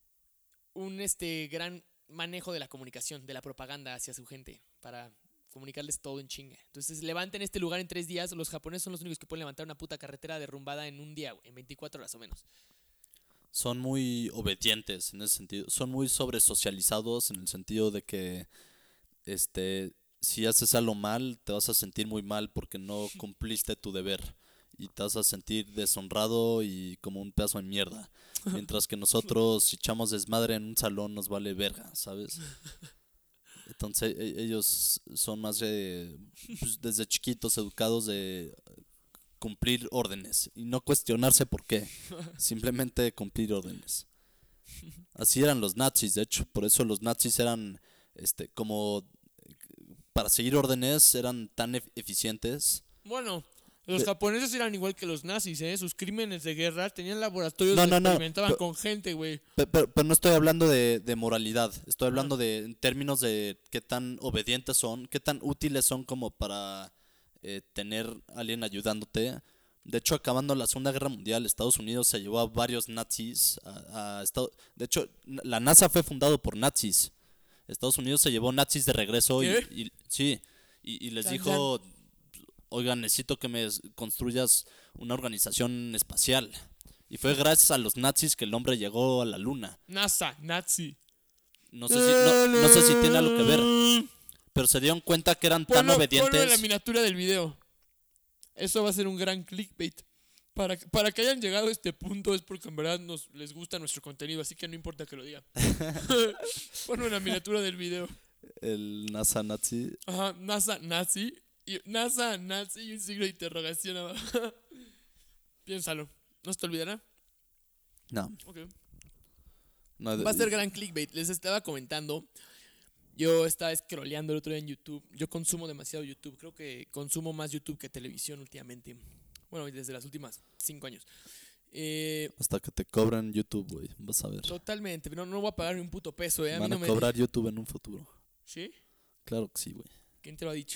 un este, gran manejo de la comunicación, de la propaganda hacia su gente, para comunicarles todo en chinga. Entonces levanten este lugar en tres días, los japoneses son los únicos que pueden levantar una puta carretera derrumbada en un día, güey, en veinticuatro horas o menos. Son muy obedientes en ese sentido. Son muy sobresocializados en el sentido de que este si haces algo mal, te vas a sentir muy mal porque no cumpliste tu deber y te vas a sentir deshonrado y como un pedazo de mierda. Mientras que nosotros si echamos desmadre en un salón nos vale verga, ¿sabes? Entonces e- ellos son más de, pues, desde chiquitos educados de cumplir órdenes y no cuestionarse por qué, simplemente cumplir órdenes. Así eran los nazis, de hecho, por eso los nazis eran este como para seguir órdenes eran tan ef- eficientes. Bueno, los De- japoneses eran igual que los nazis, ¿eh? Sus crímenes de guerra tenían laboratorios No, donde no, no, experimentaban pe- con gente, güey. Pe- Pero, pero no estoy hablando de, de moralidad, estoy hablando de en términos de qué tan obedientes son, qué tan útiles son como para eh, tener a alguien ayudándote. De hecho, acabando la Segunda Guerra Mundial, Estados Unidos se llevó a varios nazis a, a Estado- De hecho, n- la NASA fue fundado por nazis. Estados Unidos se llevó nazis de regreso y, ¿Qué? y- sí, y, y les Chan, dijo, oigan, necesito que me s- construyas una organización espacial. Y fue gracias a los nazis que el hombre llegó a la luna. NASA, nazi. No sé si, no, no sé si tiene algo que ver, pero se dieron cuenta que eran tan Ponlo, ponlo en la obedientes. miniatura del video. Eso va a ser un gran clickbait. Para, para que hayan llegado a este punto es porque en verdad nos les gusta nuestro contenido, así que no importa que lo diga. Ponlo en la miniatura del video. El NASA nazi. Ajá, NASA nazi. Y NASA nazi y un signo de interrogación abajo. Piénsalo. ¿No se te olvidará? No, Ok. no, Va a ser gran clickbait. Les estaba comentando. Yo estaba scrolleando el otro día en YouTube. Yo consumo demasiado YouTube. Creo que consumo más YouTube que televisión últimamente. Bueno, desde las últimas cinco años. Eh, hasta que te cobran YouTube, güey. Vas a ver. totalmente. No, no voy a pagar ni un puto peso, ¿eh? A mí Van no a me... cobrar YouTube en un futuro. ¿Sí? Claro que sí, güey. ¿Quién te lo ha dicho?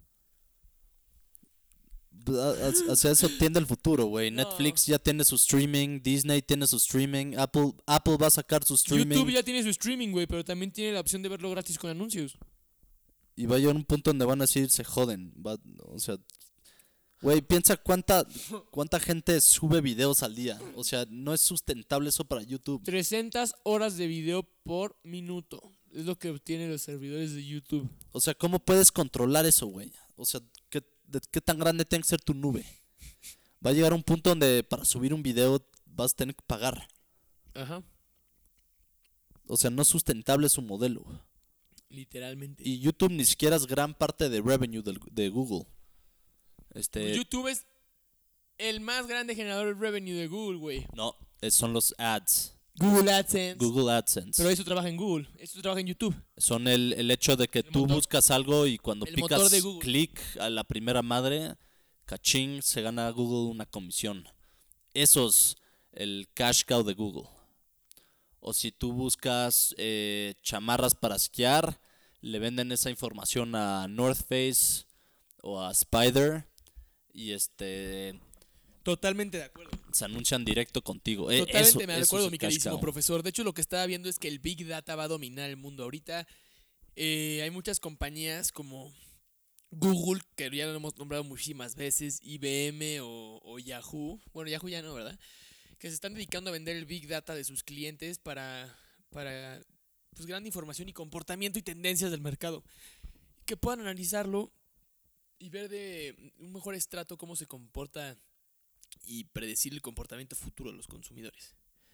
A- a- Hacia eso tiende el futuro, güey. No. Netflix ya tiene su streaming, Disney tiene su streaming, Apple, Apple va a sacar su streaming. YouTube ya tiene su streaming, güey, pero también tiene la opción de verlo gratis con anuncios. Y va a llegar un punto donde van a decir, se joden. Va- o sea, güey, piensa cuánta, cuánta gente sube videos al día. O sea, no es sustentable eso para YouTube. trescientas horas de video por minuto. Es lo que obtienen los servidores de YouTube. O sea, ¿cómo puedes controlar eso, güey? O sea, ¿qué, de- ¿qué tan grande tiene que ser tu nube? Va a llegar un punto donde para subir un video vas a tener que pagar. Ajá. O sea, no es sustentable su modelo. Literalmente. Y YouTube ni siquiera es gran parte de revenue del- de Google. Este, YouTube es el más grande generador de revenue de Google, güey. no, eh, son los ads. Google AdSense. Google AdSense. Pero eso trabaja en Google. Eso trabaja en YouTube. Son el, el hecho de que El tú motor. buscas algo y cuando El picas motor de Google. clic a la primera madre, cachín, se gana Google una comisión. Eso es el cash cow de Google. O si tú buscas eh, chamarras para esquiar, le venden esa información a North Face o a Spider y este Totalmente de acuerdo. se anuncian directo contigo. Eh, Totalmente eso- me eso es acuerdo, el mi cash queridísimo cow. profesor. De hecho, lo que estaba viendo es que el Big Data va a dominar el mundo. Ahorita eh, hay muchas compañías como Google, que ya lo hemos nombrado muchísimas veces, I B M o, o Yahoo, bueno, Yahoo ya no, ¿verdad? Que se están dedicando a vender el Big Data de sus clientes para, para pues, gran información y comportamiento y tendencias del mercado. Que puedan analizarlo y ver de un mejor estrato cómo se comporta y predecir el comportamiento futuro de los consumidores.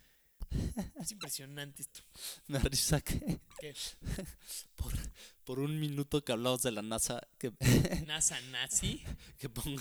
Es impresionante esto. Me da risa que ¿Qué? por, por un minuto que hablamos de la NASA, que, NASA nazi. que ponga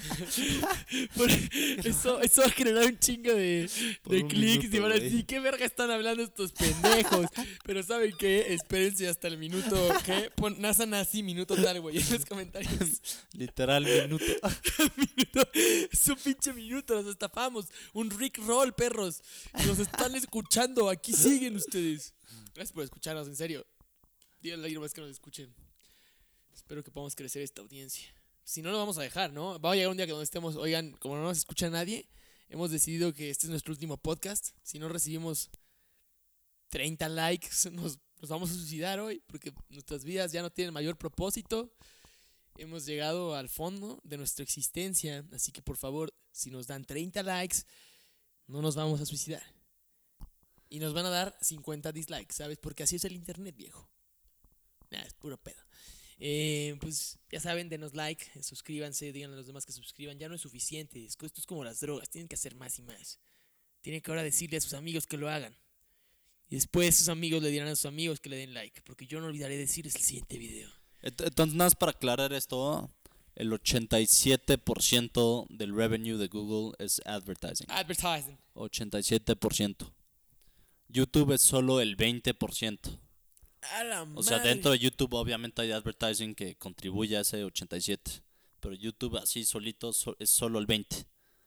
Por- eso, eso va a generar un chingo de, Por de un clics y minuto, van a güey. decir, ¿qué verga están hablando estos pendejos? Pero ¿saben qué? Espérense hasta el minuto, ¿qué? Pon NASA nazi, minuto tal, güey, en los comentarios. literal minuto. Minuto, es un pinche minuto, nos estafamos. Un Rick Roll, perros. Nos están escuchando, aquí siguen ustedes. Gracias por escucharnos, en serio. Díganle a alguien más que nos escuchen. Espero que podamos crecer esta audiencia. Si no, lo vamos a dejar, ¿no? Va a llegar un día que donde estemos, oigan, como no nos escucha nadie, hemos decidido que este es nuestro último podcast. Si no recibimos treinta likes, nos, nos vamos a suicidar hoy, porque nuestras vidas ya no tienen mayor propósito. Hemos llegado al fondo de nuestra existencia, así que por favor, si nos dan treinta likes, no nos vamos a suicidar. Y nos van a dar cincuenta dislikes, ¿sabes? Porque así es el internet, viejo. Nah, es puro pedo. Eh, pues ya saben, denos like, eh, suscríbanse, díganle a los demás que suscriban. Ya no es suficiente, esto es como las drogas, tienen que hacer más y más. Tienen que ahora decirle a sus amigos que lo hagan. Y después sus amigos le dirán a sus amigos que le den like, porque yo no olvidaré decirles el siguiente video. Ent- Entonces, nada más para aclarar esto, el ochenta y siete por ciento del revenue de Google es advertising. Advertising. ochenta y siete por ciento. YouTube es solo el veinte por ciento. A la O sea, madre. dentro de YouTube obviamente hay advertising que contribuye a ese ochenta y siete. Pero YouTube así solito so- es solo el veinte.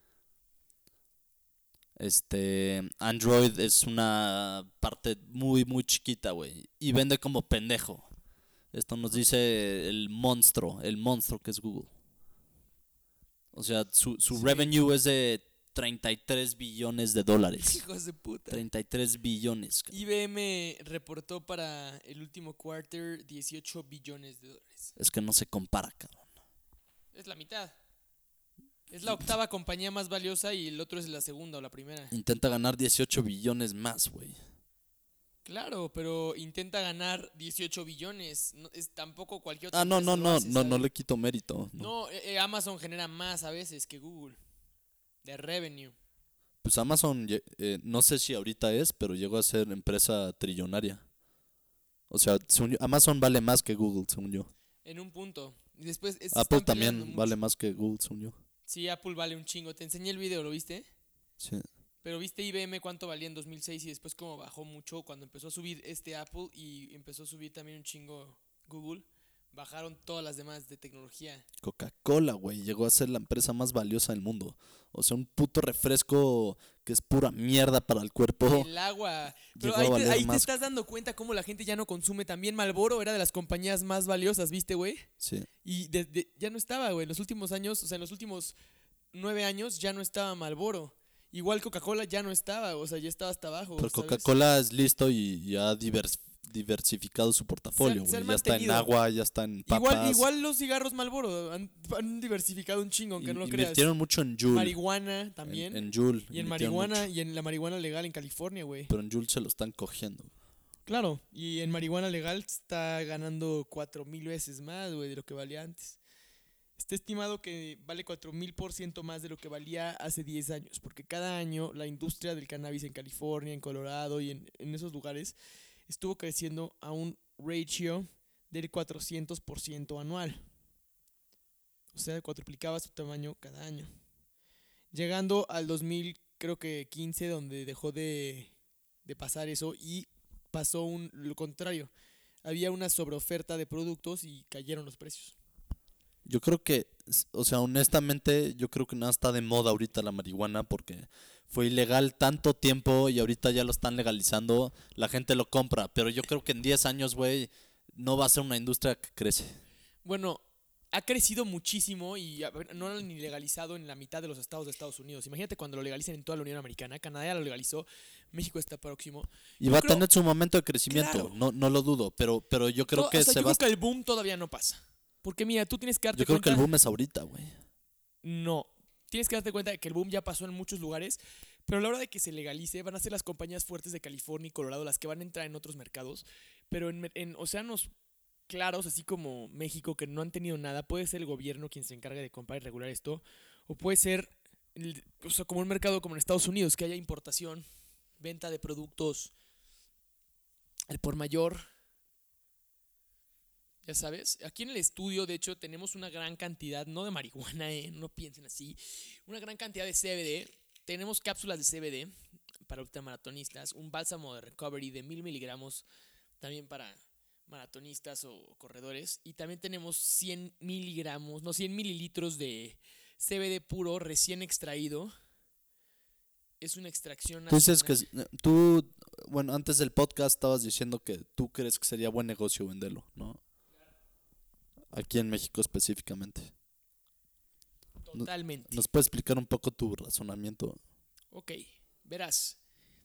Este, Android es una parte muy, muy chiquita, güey. Y vende como pendejo. Esto nos dice el monstruo, el monstruo que es Google. O sea, su, su Sí. revenue es de treinta y tres billones de dólares. Hijos de puta. treinta y tres billones. cabrón. I B M reportó para el último quarter dieciocho billones de dólares. Es que no se compara, cabrón. Es la mitad. Es la octava compañía más valiosa y el otro es la segunda o la primera. Intenta ganar dieciocho billones más, güey. Claro, pero intenta ganar dieciocho billones. No, es tampoco cualquier otra Ah, no, empresa no, lo no, hace, no, no ¿sabes? le quito mérito. no. No, eh, eh, Amazon genera más a veces que Google. De revenue. Pues Amazon, lle- eh, no sé si ahorita es, pero llegó a ser empresa trillonaria. O sea, según yo, Amazon vale más que Google, según yo. En un punto. Y después es- Apple están peleando también vale mucho. más que Google, según yo. Sí, Apple vale un chingo. Te enseñé el video, ¿lo viste? Sí. Pero viste I B M cuánto valía en dos mil seis y después cómo bajó mucho cuando empezó a subir este Apple y empezó a subir también un chingo Google. Bajaron todas las demás de tecnología. Coca-Cola, güey, llegó a ser la empresa más valiosa del mundo. O sea, un puto refresco que es pura mierda para el cuerpo. El agua. Pero Llegó a ahí, te, valer ahí te más. estás dando cuenta cómo la gente ya no consume. También Marlboro era de las compañías más valiosas, ¿viste, güey? Sí. Y de- de- ya no estaba, güey. En los últimos años, o sea, en los últimos nueve años ya no estaba Marlboro. Igual Coca-Cola ya no estaba, o sea, ya estaba hasta abajo. Pero ¿sabes? Coca-Cola es listo y, y ha divers- diversificado su portafolio, Se han- se güey. han Ya está en mantenido. agua, ya está en papas. Igual, igual los cigarros Marlboro han, han diversificado un chingo, aunque In- no lo creas. Invirtieron mucho en Juul. Marihuana también. En, en Juul. y en invirtieron marihuana, mucho. y en la marihuana legal en California, güey. Pero en Juul se lo están cogiendo. Claro, y en marihuana legal está ganando cuatro mil veces más, güey, de lo que valía antes. Está estimado que vale cuatro mil por ciento más de lo que valía hace diez años, porque cada año la industria del cannabis en California, en Colorado y en, en esos lugares estuvo creciendo a un ratio del cuatrocientos por ciento anual. O sea, cuatruplicaba su tamaño cada año. Llegando al dos mil, creo que quince, donde dejó de, de pasar eso y pasó un, lo contrario. Había una sobreoferta de productos y cayeron los precios. Yo creo que, s- o sea, honestamente, yo creo que nada está de moda ahorita la marihuana porque fue ilegal tanto tiempo y ahorita ya lo están legalizando, la gente lo compra, pero yo creo que en diez años, güey, no va a ser una industria que crece. Bueno, ha crecido muchísimo y a ver, no lo han ni legalizado en la mitad de los estados de Estados Unidos. Imagínate cuando lo legalicen en toda la Unión Americana. Canadá ya lo legalizó, México está próximo. Y Yo va a creo- tener su momento de crecimiento, Claro. no, no lo dudo, pero, pero yo creo To- que o sea, se yo va a... creo que el boom todavía no pasa. Porque mira, tú tienes que darte Yo creo cuenta... que el boom es ahorita, güey. No. Tienes que darte cuenta de que el boom ya pasó en muchos lugares, pero a la hora de que se legalice van a ser las compañías fuertes de California y Colorado las que van a entrar en otros mercados, pero en, en océanos claros, así como México, que no han tenido nada, puede ser el gobierno quien se encargue de comprar y regular esto, o puede ser, el- o sea, como un mercado como en Estados Unidos, que haya importación, venta de productos al por mayor. Ya sabes, aquí en el estudio, de hecho, tenemos una gran cantidad, no de marihuana, eh, no piensen así, una gran cantidad de C B D. Tenemos cápsulas de C B D para ultramaratonistas, un bálsamo de recovery de mil miligramos también para maratonistas o corredores. Y también tenemos cien miligramos, no, cien mililitros de C B D puro, recién extraído. Es una extracción Tú dices que nacional. es- tú, bueno, antes del podcast estabas diciendo que tú crees que sería buen negocio venderlo, ¿no? Aquí en México específicamente. No- Totalmente. ¿Nos puedes explicar un poco tu razonamiento? Ok, verás.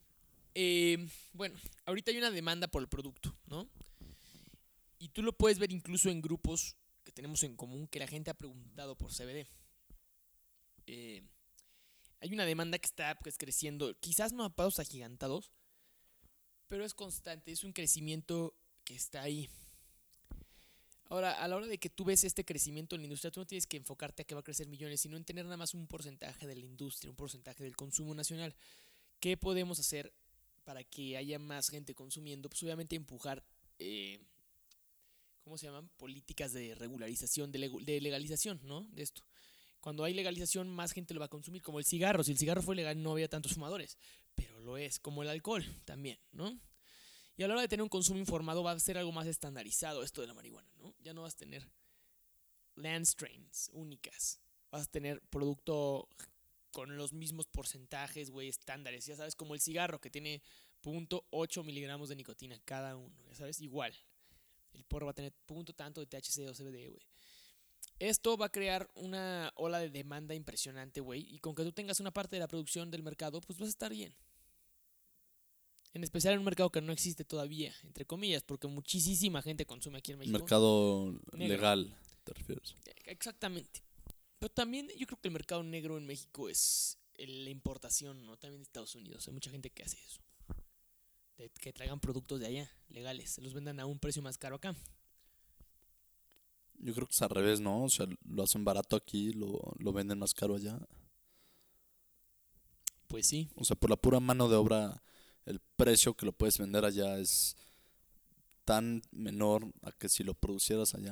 Eh, bueno, ahorita hay una demanda por el producto, ¿no? Y tú lo puedes ver incluso en grupos que tenemos en común que la gente ha preguntado por C B D. Eh, hay una demanda que está pues creciendo, quizás no a pasos agigantados, pero es constante, es un crecimiento que está ahí. Ahora, a la hora de que tú ves este crecimiento en la industria, tú no tienes que enfocarte a que va a crecer millones, sino en tener nada más un porcentaje de la industria, un porcentaje del consumo nacional. ¿Qué podemos hacer para que haya más gente consumiendo? Pues obviamente empujar, eh, ¿cómo se llaman? Políticas de regularización, de, legu- de legalización, ¿no? De esto. Cuando hay legalización, más gente lo va a consumir, como el cigarro. Si el cigarro fue legal, no había tantos fumadores, pero lo es, como el alcohol también, ¿no? Y a la hora de tener un consumo informado, va a ser algo más estandarizado esto de la marihuana, ¿no? Ya no vas a tener land strains únicas, vas a tener producto con los mismos porcentajes, güey, estándares, ya sabes, como el cigarro que tiene punto ocho miligramos de nicotina cada uno, ya sabes, igual. El porro va a tener punto tanto de T H C o C B D, güey. Esto va a crear una ola de demanda impresionante, güey, y con que tú tengas una parte de la producción del mercado, pues vas a estar bien. En especial en un mercado que no existe todavía, entre comillas, porque muchísima gente consume aquí en México. Mercado Negro. legal, ¿te refieres? Exactamente. Pero también yo creo que el mercado negro en México es el- la importación, ¿no? También de Estados Unidos. Hay mucha gente que hace eso. De que traigan productos de allá, legales. Se los vendan a un precio más caro acá. Yo creo que es al revés, ¿no? O sea, lo hacen barato aquí, lo, lo venden más caro allá. Pues sí, O sea, por la pura mano de obra, el precio que lo puedes vender allá es tan menor a que si lo producieras allá.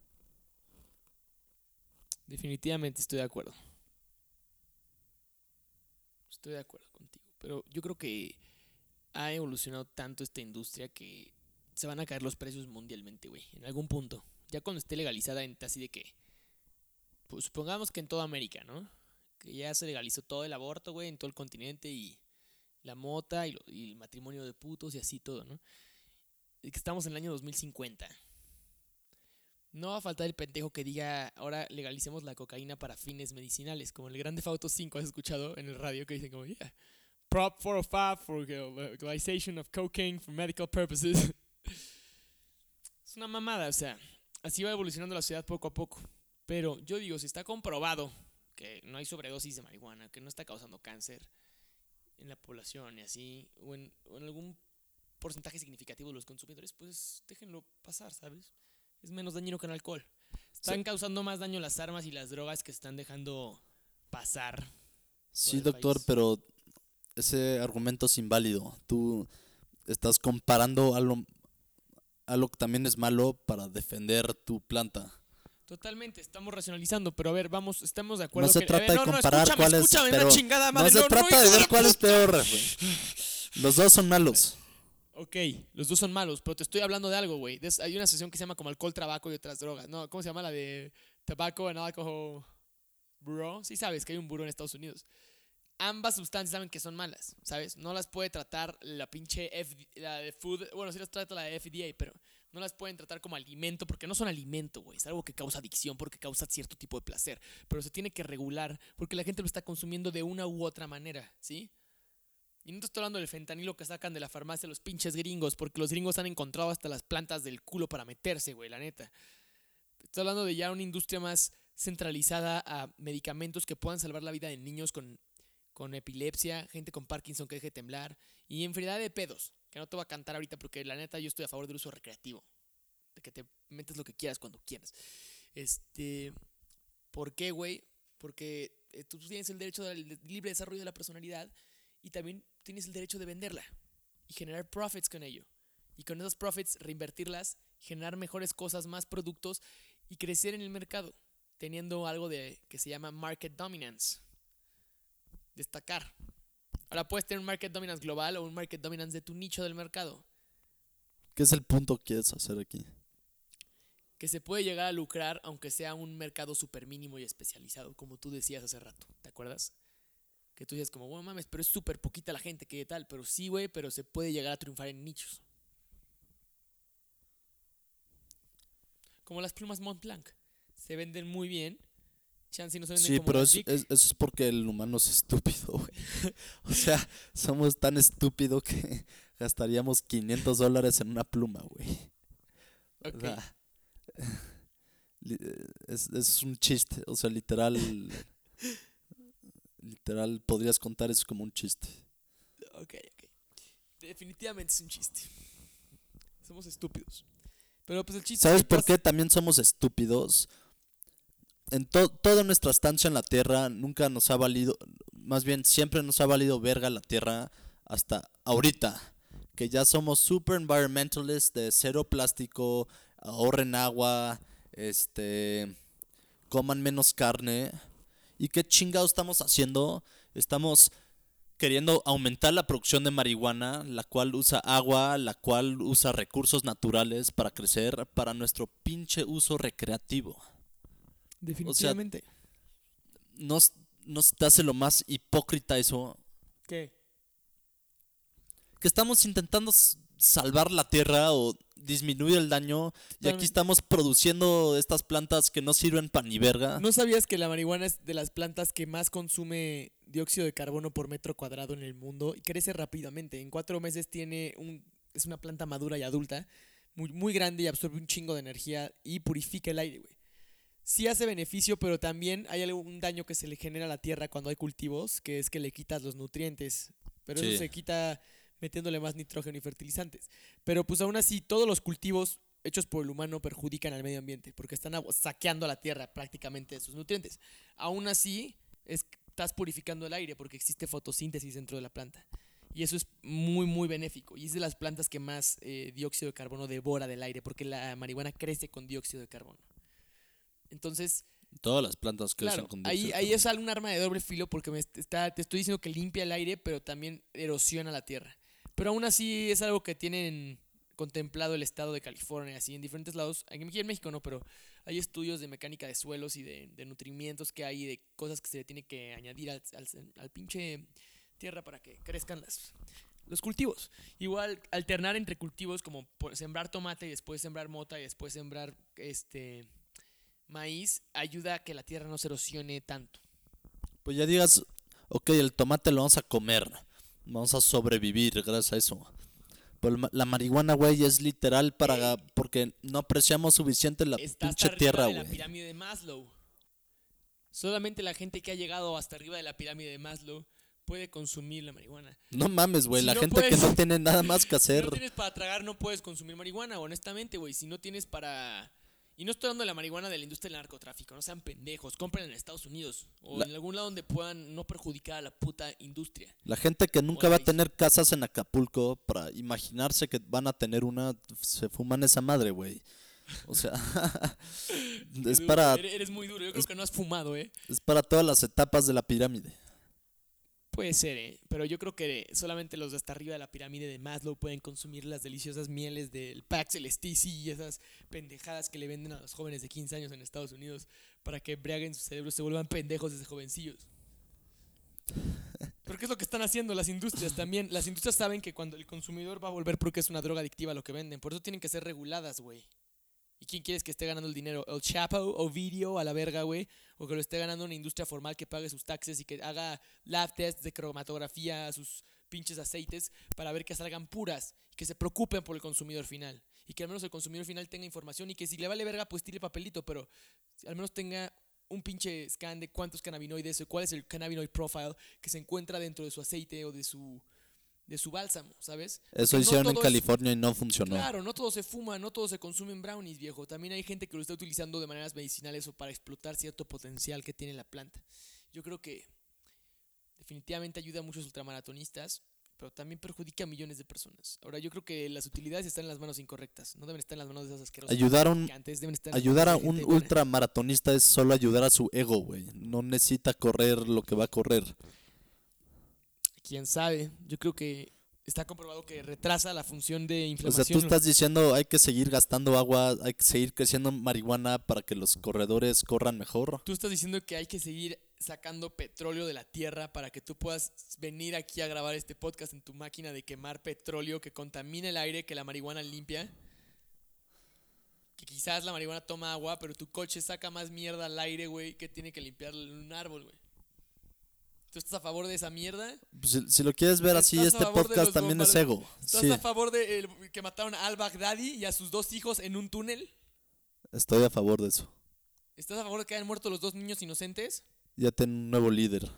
definitivamente estoy de acuerdo. Estoy de acuerdo contigo. Pero yo creo que ha evolucionado tanto esta industria que se van a caer los precios mundialmente, güey. En algún punto. Ya cuando esté legalizada, en así de que. Pues supongamos que en toda América, ¿no? Que ya se legalizó todo el aborto, güey, en todo el continente y la mota y, lo- y el matrimonio de putos y así todo, ¿no? Y que estamos en el año dos mil cincuenta. No va a faltar el pendejo que diga, ahora legalicemos la cocaína para fines medicinales, como el Grand Theft Auto cinco, has escuchado en el radio que dicen como, yeah, Prop cuatrocientos cinco for legalization of cocaine for medical purposes. Es una mamada, o sea, así va evolucionando la sociedad poco a poco. Pero yo digo, si está comprobado que no hay sobredosis de marihuana, que no está causando cáncer en la población y así, o en, o en algún porcentaje significativo de los consumidores, pues déjenlo pasar, ¿sabes? Es menos dañino que el alcohol. Sí, Están causando más daño las armas y las drogas que están dejando pasar por sí, el doctor, país. pero ese argumento es inválido. Tú estás comparando algo, algo que también es malo para defender tu planta. Totalmente, estamos racionalizando, pero a ver, vamos, estamos de No acuerdo se que... A trata ver, de no, no, comparar escúchame, cuál es escúchame, una peor. chingada No madre. se No, no, trata hijo de ver la cuál es puta. peor, güey. Los dos son malos. Ok, los dos son malos, pero te estoy hablando de algo, güey. Des- Hay una sesión que se llama como alcohol, tabaco y otras drogas. No, ¿cómo se llama la de Tobacco and Alcohol Bureau? Sí sabes que hay un buró en Estados Unidos. Ambas sustancias saben que son malas, ¿sabes? No las puede tratar la pinche F D A, la de Food, bueno, sí las trata la de F D A, pero no las pueden tratar como alimento porque no son alimento, güey. Es algo que causa adicción porque causa cierto tipo de placer, pero se tiene que regular porque la gente lo está consumiendo de una u otra manera, ¿sí? Y no te estoy hablando del fentanilo que sacan de la farmacia los pinches gringos, porque los gringos han encontrado hasta las plantas del culo para meterse, güey, la neta. Estoy hablando de ya una industria más centralizada a medicamentos que puedan salvar la vida de niños con, con epilepsia, gente con Parkinson que deje de temblar y infinidad de pedos, que no te voy a cantar ahorita porque la neta yo estoy a favor del uso recreativo, de que te metas lo que quieras cuando quieras. Este, ¿por qué, güey? Porque eh, tú tienes el derecho al libre desarrollo de la personalidad y también tienes el derecho de venderla y generar profits con ello. Y con esos profits reinvertirlas, generar mejores cosas, más productos y crecer en el mercado, teniendo algo de que se llama market dominance. Destacar. Ahora puedes tener un market dominance global o un market dominance de tu nicho del mercado, ¿Qué es el punto que quieres hacer aquí? que se puede llegar a lucrar aunque sea un mercado súper mínimo y especializado, como tú decías hace rato, ¿te acuerdas? Que tú dices como, bueno, mames, pero es súper poquita la gente, ¿qué tal? Pero sí, güey, pero se puede llegar a triunfar en nichos. Como las plumas Montblanc. Se venden muy bien. Chance no se venden Sí, como pero las es, Vic. es- eso es porque el humano es estúpido, güey. O sea, somos tan estúpidos que gastaríamos quinientos dólares en una pluma, güey. O Ok. sea, li- es, es un chiste. O sea, literal, literal, podrías contar eso como un chiste. Ok, ok. Definitivamente es un chiste. Somos estúpidos. Pero pues el chiste es ¿Sabes que por qué estás... también somos estúpidos? En to- toda nuestra estancia en la Tierra nunca nos ha valido, más bien siempre nos ha valido verga la Tierra hasta ahorita, que ya somos super environmentalists de cero plástico, ahorren agua, este, coman menos carne. ¿Y qué chingados estamos haciendo? Estamos queriendo aumentar la producción de marihuana, la cual usa agua, la cual usa recursos naturales para crecer, para nuestro pinche uso recreativo. O sea, Definitivamente. ¿no, no se te hace lo más hipócrita eso? ¿Qué? Que estamos intentando s- salvar la tierra o disminuir el daño y aquí Totalmente. estamos produciendo estas plantas que no sirven para ni verga. ¿No sabías que la marihuana es de las plantas que más consume dióxido de carbono por metro cuadrado en el mundo y crece rápidamente? En cuatro meses tiene un, es una planta madura y adulta, muy, muy grande y absorbe un chingo de energía y purifica el aire, güey. Sí hace beneficio, pero también hay algún daño que se le genera a la tierra cuando hay cultivos, que es que le quitas los nutrientes. Pero eso Sí, se quita metiéndole más nitrógeno y fertilizantes. Pero pues aún así, todos los cultivos hechos por el humano perjudican al medio ambiente, porque están agu- saqueando a la tierra prácticamente de sus nutrientes. Aún así, es- estás purificando el aire porque existe fotosíntesis dentro de la planta. Y eso es muy, muy benéfico. Y es de las plantas que más eh, dióxido de carbono devora del aire, porque la marihuana crece con dióxido de carbono. Entonces, todas las plantas crecen claro, con ahí, dióxido de ahí es carbono. un arma de doble filo porque me est- está, te estoy diciendo que limpia el aire, pero también erosiona la tierra. Pero aún así es algo que tienen contemplado el estado de California, así en diferentes lados. Aquí en México no, pero hay estudios de mecánica de suelos y de, de nutrimientos que hay, de cosas que se le tiene que añadir al, al, al pinche tierra para que crezcan las, los cultivos. Igual alternar entre cultivos como por sembrar tomate y después sembrar mota y después sembrar este maíz ayuda a que la tierra no se erosione tanto. Pues ya digas, ok, el tomate lo vamos a comer, vamos a sobrevivir gracias a eso. Pero el ma- la marihuana, güey, es literal para... Ey, porque no apreciamos suficiente la está hasta pinche arriba tierra, de la güey. pirámide de Maslow. Solamente la gente que ha llegado hasta arriba de la pirámide de Maslow puede consumir la marihuana. No mames, güey, Si la no gente que puedes, no tiene nada más que si hacer. no tienes para tragar, no puedes consumir marihuana, honestamente, güey. Si no tienes para... Y no estoy hablando de la marihuana de la industria del narcotráfico, no sean pendejos, compren en Estados Unidos o La, en algún lado donde puedan no perjudicar a la puta industria la gente que o nunca al va a país. tener casas en Acapulco para imaginarse que van a tener una, se fuman esa madre, güey. O sea, Qué es duro, para, eres eres muy duro. Yo creo es, que no has fumado, ¿eh? es para todas las etapas de la pirámide. Puede ser, ¿eh? Pero yo creo que solamente los de hasta arriba de la pirámide de Maslow pueden consumir las deliciosas mieles del Pax Celestici y esas pendejadas que le venden a los jóvenes de quince años en Estados Unidos para que embriaguen sus cerebros y se vuelvan pendejos desde jovencillos. Porque es lo que están haciendo las industrias también. Las industrias saben que cuando el consumidor va a volver porque es una droga adictiva lo que venden. Por eso tienen que ser reguladas, güey. ¿Y quién quieres que esté ganando el dinero? ¿El Chapo o Video a la verga, güey? ¿O que lo esté ganando una industria formal que pague sus taxes y que haga lab tests de cromatografía a sus pinches aceites para ver que salgan puras y que se preocupen por el consumidor final? y que al menos el consumidor final tenga información y que si le vale verga, pues tire papelito, pero al menos tenga un pinche scan de cuántos cannabinoides o cuál es el cannabinoid profile que se encuentra dentro de su aceite o de su, de su bálsamo, ¿sabes? Eso Porque no hicieron en todo es- California y no funcionó. Claro, no todo se fuma, no todo se consume en brownies, viejo. También hay gente que lo está utilizando de maneras medicinales o para explotar cierto potencial que tiene la planta. Yo creo que definitivamente ayuda a muchos ultramaratonistas, pero también perjudica a millones de personas. Ahora, yo creo que las utilidades están en las manos incorrectas. No deben estar en las manos de esas asquerosas Ayudar a un- traficantes, deben estar en las Ayudar a manos de un gente buena. ultramaratonista es solo ayudar a su ego, güey. No necesita correr lo que va a correr. Quién sabe. Yo creo que está comprobado que retrasa la función de O sea, inflamación. tú estás diciendo hay que seguir gastando agua, hay que seguir creciendo marihuana para que los corredores corran mejor. Tú estás diciendo que hay que seguir sacando petróleo de la tierra para que tú puedas venir aquí a grabar este podcast en tu máquina de quemar petróleo que contamina el aire, que la marihuana limpia. Que quizás la marihuana toma agua, pero tu coche saca más mierda al aire, güey, que tiene que limpiar un árbol, güey. ¿Tú estás a favor de esa mierda? Pues, si, si lo quieres ver así, ¿Estás a este favor de podcast los también es bombarde- ego. ¿Estás Sí, a favor de el- que mataron a al-Baghdadi y a sus dos hijos en un túnel? estoy a favor de eso. ¿Estás a favor de que hayan muerto los dos niños inocentes? Ya ten un nuevo líder.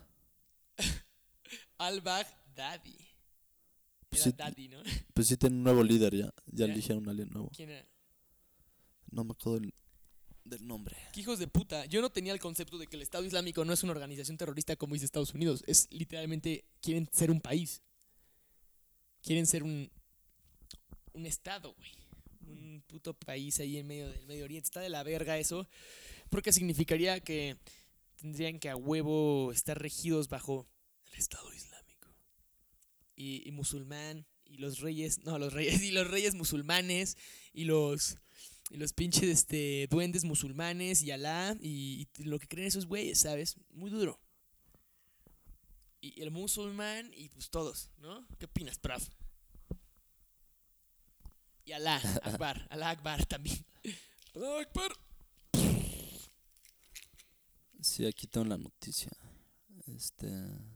Al-Baghdadi. Pues Era sí, Daddy, ¿no? pues sí tiene un nuevo líder ya. Ya ¿Ya? eligieron a alguien nuevo. ¿Quién era? No me acuerdo del, del nombre. ¿Qué hijos de puta? Yo no tenía el concepto de que el Estado Islámico no es una organización terrorista como dice Estados Unidos. Es literalmente, quieren ser un país. Quieren ser un, un Estado, güey. Un puto país ahí en medio del Medio Oriente. Está de la verga eso. Porque significaría que tendrían que a huevo estar regidos bajo el Estado Islámico. Y, y musulmán. Y los reyes, no, los reyes, y los reyes musulmanes. Y los... Y los pinches este, duendes musulmanes y Alá y, y lo que creen esos güeyes, ¿sabes? Muy duro. Y el musulmán y pues todos, ¿no? ¿Qué opinas, prof? Y Alá, Akbar, Alá Akbar también. Alá Akbar. Sí, aquí tengo la noticia. Este.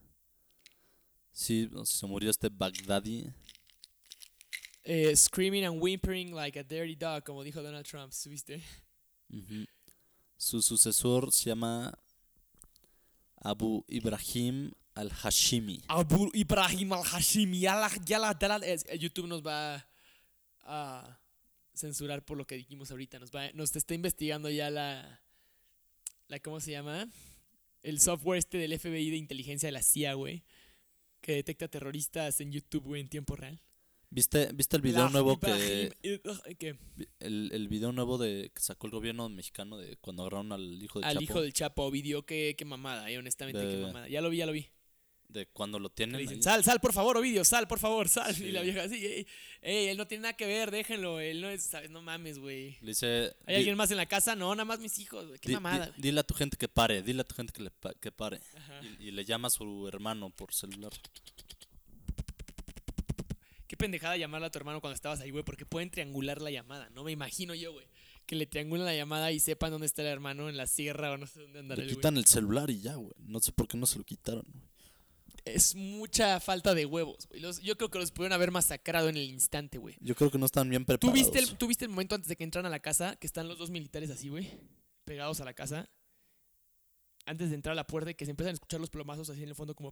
Sí, o sea, se murió este Baghdadi. Eh, screaming and whimpering like a dirty dog, como dijo Donald Trump, ¿subiste? Ujú. Su sucesor se llama Abu Ibrahim al-Hashimi. Abu Ibrahim al-Hashimi, yala, yala, yala. Es- eh, YouTube nos va a censurar por lo que dijimos ahorita. Nos va, nos está investigando ya la, la, ¿cómo se llama? El software este del F B I de inteligencia de la C I A, güey, que detecta terroristas en YouTube, güey, en tiempo real. ¿Viste, ¿Viste el video La nuevo Ibrahim, que eh, ¿qué? el, el video nuevo de que sacó el gobierno mexicano de cuando agarraron al hijo de Al Chapo? hijo del Chapo, video, qué, qué mamada, eh, honestamente, qué De- mamada. Ya lo vi, ya lo vi. De cuando lo Que tienen le dicen, ahí. sal, sal, por favor, Ovidio, sal, por favor, sal. Sí. Y la vieja así, ey, ey, él no tiene nada que ver, déjenlo, él no es, ¿sabes? No mames, güey. Le dice, ¿Hay "Di- alguien más en la casa? No, nada más mis hijos, güey. Qué di- mamada, di- güey. dile a tu gente que pare, dile a tu gente que, le pa- que pare. Ajá. Y, y le llama a su hermano por celular. Qué pendejada llamarle a tu hermano cuando estabas ahí, güey, porque pueden triangular la llamada, ¿no? Me imagino yo, güey. Que le triangulan la llamada y sepan dónde está el hermano, en la sierra o no sé dónde andará Le el güey. quitan el celular y ya, güey. No sé por qué no se lo quitaron. güey. Es mucha falta de huevos, güey. Los- Yo creo que los pudieron haber masacrado en el instante, güey. Yo creo que no están bien ¿Tú preparados. viste, el, ¿Tú viste el momento antes de que entraran a la casa? Que están los dos militares así, güey. Pegados a la casa. Antes de entrar a la puerta y que se empiezan a escuchar los plomazos así en el fondo como...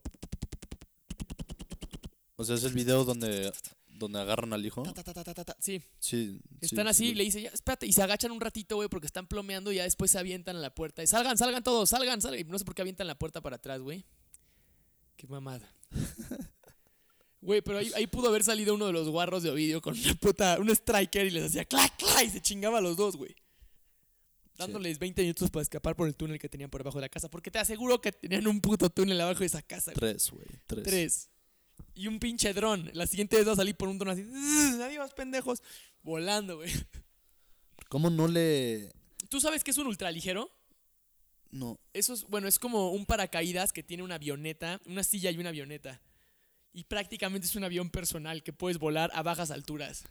O sea, es el video donde, donde agarran al hijo. ta, ta, ta, ta, ta, ta, ta. Sí, Sí. sí, están así sí, y le dice, ya, espérate. Y se agachan un ratito, güey, porque están plomeando y ya después se avientan a la puerta. Y salgan, salgan todos, salgan, salgan. Y no sé por qué avientan la puerta para atrás, güey. Qué mamada. Güey, pero ahí, ahí pudo haber salido uno de los guarros de Ovidio con una puta, un striker y les hacía clac, clac y se chingaba a los dos, güey. Dándoles veinte minutos para escapar por el túnel que tenían por debajo de la casa. Porque te aseguro que tenían un puto túnel abajo de esa casa, güey. Tres, güey. Tres. Tres. Y un pinche dron. La siguiente vez va a salir por un dron así. "Ugh, adiós, pendejos. Volando, güey. ¿Cómo no le...? ¿Tú sabes qué es un ultraligero? No. Eso es, bueno, es como un paracaídas que tiene una avioneta, una silla y una avioneta. Y prácticamente es un avión personal que puedes volar a bajas alturas.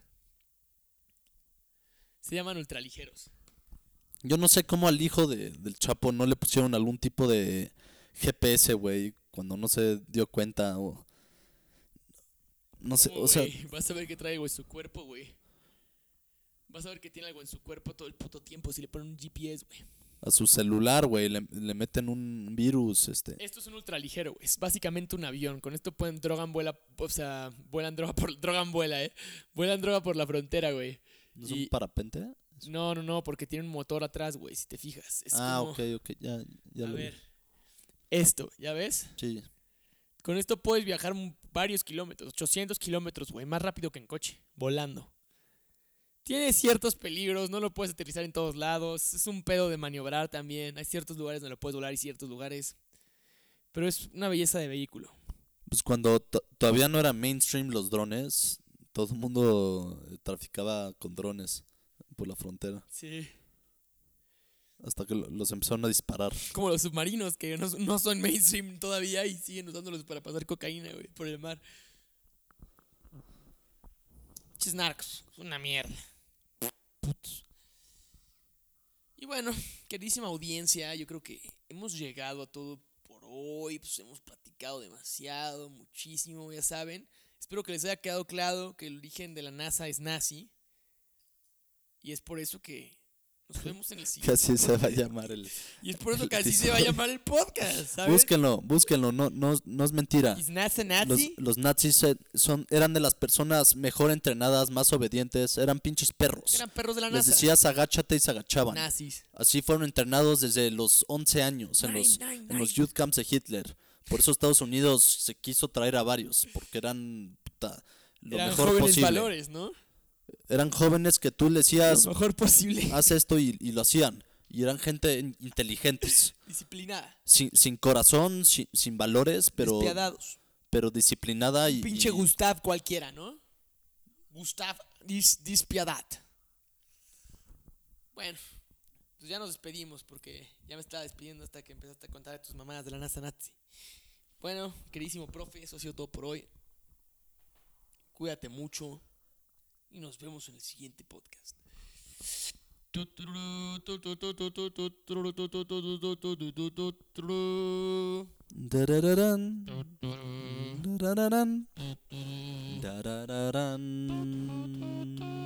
Se llaman ultraligeros. Yo no sé cómo al hijo de, del Chapo no le pusieron algún tipo de G P S, güey, cuando no se dio cuenta o... No sé, ¿Cómo, o sea, güey? Vas a ver qué trae, güey, su cuerpo, güey. Vas a ver que tiene algo en su cuerpo todo el puto tiempo si le ponen un G P S, güey. A su celular, güey, le, le meten un virus, este. Esto es un ultraligero, güey. Es básicamente un avión. Con esto pueden drogan vuela, o sea, vuelan droga por drogan vuela, eh. Vuelan droga por la frontera, güey. ¿No es Y- un parapente? No, no, no, porque tiene un motor atrás, güey, si te fijas. Es Ah, como, ok, ok, ya, ya a lo vi. ver. Esto, ¿ya ves? Sí. Con esto puedes viajar m- varios kilómetros, ochocientos kilómetros, güey, más rápido que en coche, volando. Tiene ciertos peligros, no lo puedes aterrizar en todos lados, es un pedo de maniobrar también, hay ciertos lugares donde lo puedes volar y ciertos lugares, pero es una belleza de vehículo. Pues cuando to- todavía no era mainstream los drones, todo el mundo eh, traficaba con drones por la frontera. Sí. Hasta que lo- los empezaron a disparar. Como los submarinos que no, no son mainstream todavía y siguen usándolos para pasar cocaína, güey, por el mar. Chis narcos, es una mierda. Putos. Y bueno, queridísima audiencia, yo creo que hemos llegado a todo por hoy, pues hemos platicado demasiado, muchísimo, ya saben. Espero que les haya quedado claro que el origen de la NASA es nazi. Y es por eso que nos vemos en el Que siguiente. así se va a llamar el... Y es por eso que así se va a llamar el podcast, ¿sabes? Búsquenlo, búsquenlo, no, no, no es mentira. ¿Is NASA Los, nazi? los nazis eh, son, eran de las personas mejor entrenadas, más obedientes, eran pinches perros. Eran perros de la Les NASA. decías agáchate y se agachaban. Nazis. Así fueron entrenados desde los once años en Nine, los, nine, en nine. los youth camps de Hitler. Por eso Estados Unidos se quiso traer a varios, porque eran puta, lo Eran mejor jóvenes posible. valores, ¿no? Eran jóvenes que tú le decías, Lo mejor posible. haz esto y, y lo hacían. Y eran gente in- inteligentes, Disciplinada. sin, sin corazón, sin, sin valores, pero, Despiadados. pero disciplinada y, Pinche y- Gustav cualquiera, ¿no? Gustav dis, Dispiadat. Bueno, pues ya nos despedimos porque ya me estaba despidiendo hasta que empezaste a contar de tus mamadas de la NASA nazi. Bueno, queridísimo profe, eso ha sido todo por hoy. Cuídate mucho y nos vemos en el siguiente podcast. Darararán, darararán, darararán.